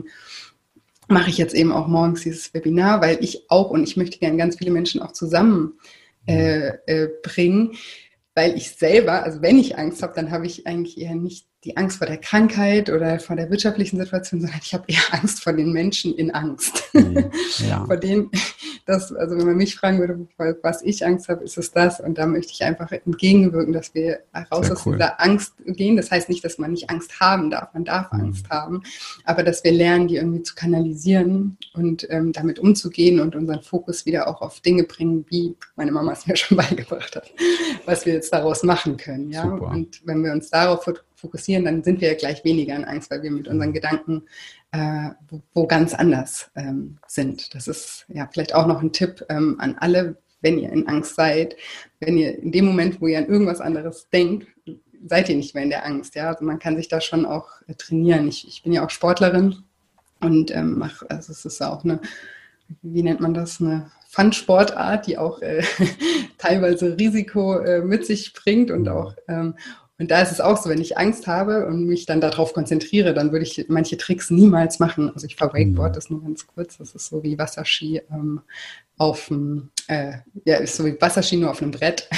mache ich jetzt eben auch morgens dieses Webinar, weil ich auch, und ich möchte gerne ganz viele Menschen auch zusammen äh, äh, bringen, weil ich selber, also wenn ich Angst habe, dann habe ich eigentlich eher nicht die Angst vor der Krankheit oder vor der wirtschaftlichen Situation, sondern ich habe eher Angst vor den Menschen in Angst. Ja. Vor denen, das, also wenn man mich fragen würde, was ich Angst habe, ist es das. Und da möchte ich einfach entgegenwirken, dass wir raus Sehr aus cool. dieser Angst gehen. Das heißt nicht, dass man nicht Angst haben darf. Man darf mhm. Angst haben. Aber dass wir lernen, die irgendwie zu kanalisieren und ähm, damit umzugehen und unseren Fokus wieder auch auf Dinge bringen, wie meine Mama es mir schon beigebracht hat, was wir jetzt daraus machen können. Ja? Und wenn wir uns darauf fokussieren, dann sind wir gleich weniger in Angst, weil wir mit unseren Gedanken äh, wo, wo ganz anders ähm, sind. Das ist ja vielleicht auch noch ein Tipp ähm, an alle, wenn ihr in Angst seid, wenn ihr in dem Moment, wo ihr an irgendwas anderes denkt, seid ihr nicht mehr in der Angst. Ja? Also man kann sich da schon auch äh, trainieren. Ich, ich bin ja auch Sportlerin und ähm, mach, also es ist auch eine, wie nennt man das, eine Fun-Sportart, die auch äh, teilweise Risiko äh, mit sich bringt und auch ähm, und da ist es auch so, wenn ich Angst habe und mich dann darauf konzentriere, dann würde ich manche Tricks niemals machen. Also ich fahre Wakeboard, das nur ganz kurz, das ist so wie Wasserski ähm, auf dem, äh, ja, ist so wie Wasserski nur auf einem Brett.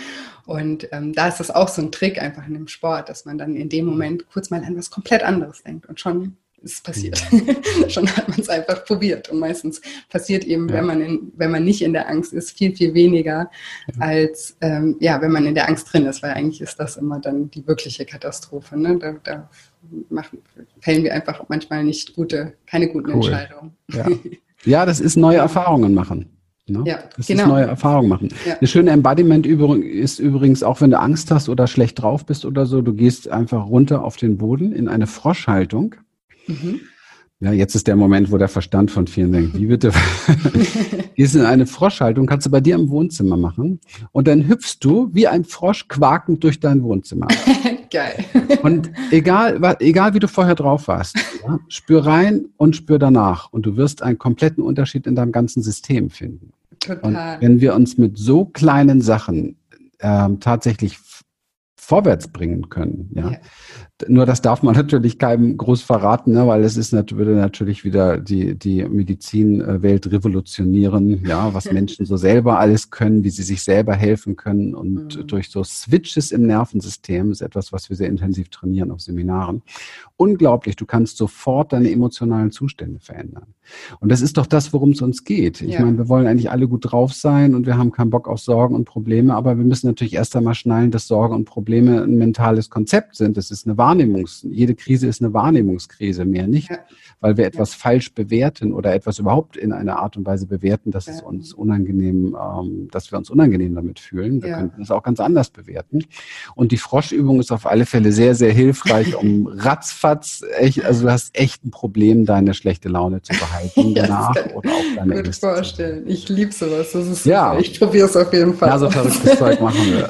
Und ähm, da ist das auch so ein Trick einfach in dem Sport, dass man dann in dem Moment kurz mal an was komplett anderes denkt und schon ist es passiert. Ja. Schon hat man es einfach probiert. Und meistens passiert eben, ja. wenn man in, wenn man nicht in der Angst ist, viel, viel weniger, ja. als ähm, ja, wenn man in der Angst drin ist, weil eigentlich ist das immer dann die wirkliche Katastrophe. Ne? Da, da machen, fällen wir einfach manchmal nicht gute, keine guten cool. Entscheidungen. Ja. ja, das ist neue Erfahrungen machen. Ne? Ja, das genau. ist neue Erfahrungen machen. Ja. Eine schöne Embodiment-Übung ist übrigens, auch wenn du Angst hast oder schlecht drauf bist oder so, du gehst einfach runter auf den Boden in eine Froschhaltung. Mhm. Ja, jetzt ist der Moment, wo der Verstand von vielen denkt, wie bitte? Gehst in eine Froschhaltung, kannst du bei dir im Wohnzimmer machen und dann hüpfst du wie ein Frosch quakend durch dein Wohnzimmer. Geil. Und egal, egal wie du vorher drauf warst, ja, spür rein und spür danach und du wirst einen kompletten Unterschied in deinem ganzen System finden. Total. Und wenn wir uns mit so kleinen Sachen ähm, tatsächlich vorwärts bringen können, ja. ja. Nur das darf man natürlich keinem groß verraten, ne, weil es ist würde natürlich wieder die die Medizinwelt revolutionieren, ja, was Menschen so selber alles können, wie sie sich selber helfen können und mhm. durch so Switches im Nervensystem ist etwas, was wir sehr intensiv trainieren auf Seminaren. Unglaublich, du kannst sofort deine emotionalen Zustände verändern. Und das ist doch das, worum es uns geht. Ich ja. meine, wir wollen eigentlich alle gut drauf sein und wir haben keinen Bock auf Sorgen und Probleme, aber wir müssen natürlich erst einmal schnallen, dass Sorgen und Probleme ein mentales Konzept sind. Das ist eine Wahrnehmungs, jede Krise ist eine Wahrnehmungskrise, mehr nicht, ja. weil wir etwas ja. falsch bewerten oder etwas überhaupt in einer Art und Weise bewerten, dass ja. es uns unangenehm, ähm, dass wir uns unangenehm damit fühlen. Wir ja. könnten es auch ganz anders bewerten. Und die Froschübung ist auf alle Fälle sehr, sehr hilfreich, um ratzfatz, echt, also du hast echt ein Problem, deine schlechte Laune zu behalten. Danach ja, oder auch deine Ängste. Ich kann mir vorstellen. Ich liebe sowas. Das ist ja. super. Ich probiere es auf jeden Fall. Ja, so verrücktes Zeug machen wir.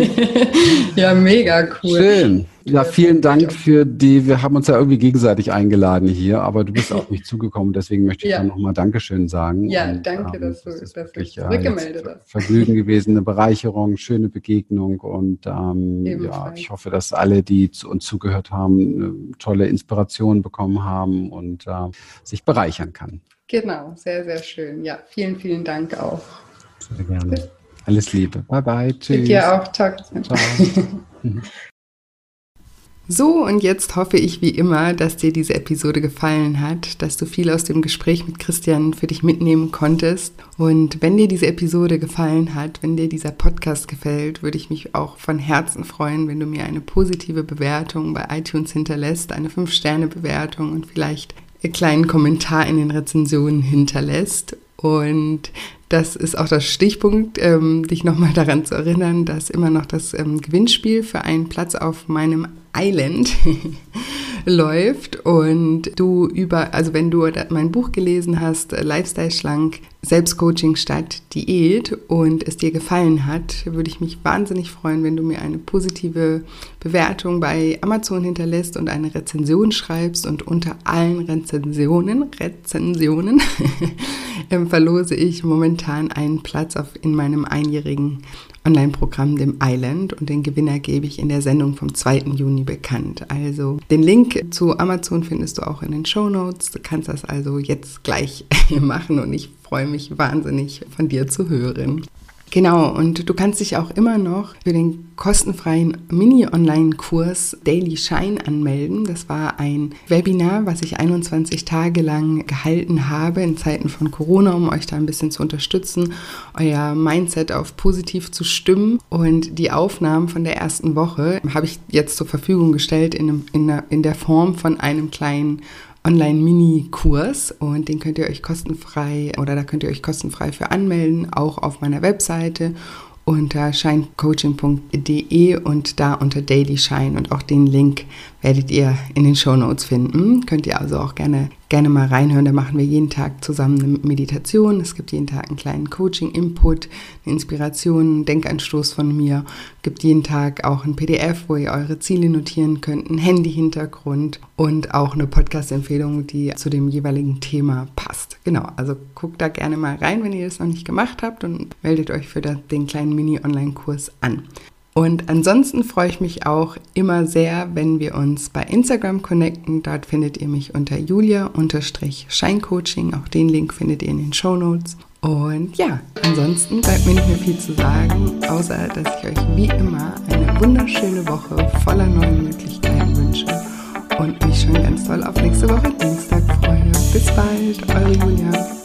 Ja, mega cool. Schön. Ja, vielen Dank für die, wir haben uns ja irgendwie gegenseitig eingeladen hier, aber du bist auf mich zugekommen, deswegen möchte ich ja. dann nochmal Dankeschön sagen. Ja, und, danke, ähm, dass du das das wirklich, zurückgemeldet ja, hast. Vergnügen gewesen, eine Bereicherung, schöne Begegnung und ähm, ja, ich hoffe, dass alle, die zu uns zugehört haben, eine tolle Inspiration bekommen haben und äh, sich bereichern kann. Genau, sehr, sehr schön. Ja, vielen, vielen Dank auch. Sehr gerne. Alles Liebe. Bye, bye. Tschüss. Mit dir auch. Ciao. Ciao. So, und jetzt hoffe ich wie immer, dass dir diese Episode gefallen hat, dass du viel aus dem Gespräch mit Christian für dich mitnehmen konntest. Und wenn dir diese Episode gefallen hat, wenn dir dieser Podcast gefällt, würde ich mich auch von Herzen freuen, wenn du mir eine positive Bewertung bei iTunes hinterlässt, eine fünf Sterne Bewertung und vielleicht einen kleinen Kommentar in den Rezensionen hinterlässt. Und das ist auch das Stichpunkt, ähm, dich nochmal daran zu erinnern, dass immer noch das ähm, Gewinnspiel für einen Platz auf meinem Island läuft und du über, also wenn du mein Buch gelesen hast, Lifestyle schlank, Selbstcoaching statt Diät und es dir gefallen hat, würde ich mich wahnsinnig freuen, wenn du mir eine positive Bewertung bei Amazon hinterlässt und eine Rezension schreibst und unter allen Rezensionen, Rezensionen verlose ich momentan einen Platz auf, in meinem einjährigen Online-Programm, dem Island, und den Gewinner gebe ich in der Sendung vom zweiten Juni bekannt. Also den Link zu Amazon findest du auch in den Shownotes. Du kannst das also jetzt gleich machen und ich freue mich wahnsinnig von dir zu hören. Genau, und du kannst dich auch immer noch für den kostenfreien Mini-Online-Kurs Daily Shine anmelden. Das war ein Webinar, was ich einundzwanzig Tage lang gehalten habe in Zeiten von Corona, um euch da ein bisschen zu unterstützen, euer Mindset auf positiv zu stimmen. Und die Aufnahmen von der ersten Woche habe ich jetzt zur Verfügung gestellt in, einem, in, der, in der Form von einem kleinen Online-Mini-Kurs, und den könnt ihr euch kostenfrei oder da könnt ihr euch kostenfrei für anmelden, auch auf meiner Webseite. unter shine coaching punkt de und da unter Daily Shine, und auch den Link werdet ihr in den Shownotes finden. Könnt ihr also auch gerne, gerne mal reinhören. Da machen wir jeden Tag zusammen eine Meditation. Es gibt jeden Tag einen kleinen Coaching-Input, eine Inspiration, einen Denkanstoß von mir. Es gibt jeden Tag auch ein P D F, wo ihr eure Ziele notieren könnt, einen Handy-Hintergrund und auch eine Podcast-Empfehlung, die zu dem jeweiligen Thema passt. Genau, also guckt da gerne mal rein, wenn ihr das noch nicht gemacht habt, und meldet euch für den kleinen Mini-Online-Kurs an. Und ansonsten freue ich mich auch immer sehr, wenn wir uns bei Instagram connecten. Dort findet ihr mich unter Julia-Scheincoaching. Auch den Link findet ihr in den Shownotes. Und ja, ansonsten bleibt mir nicht mehr viel zu sagen, außer dass ich euch wie immer eine wunderschöne Woche voller neuen Möglichkeiten wünsche und mich schon ganz toll auf nächste Woche Dienstag freue. Bis bald, eure Julia.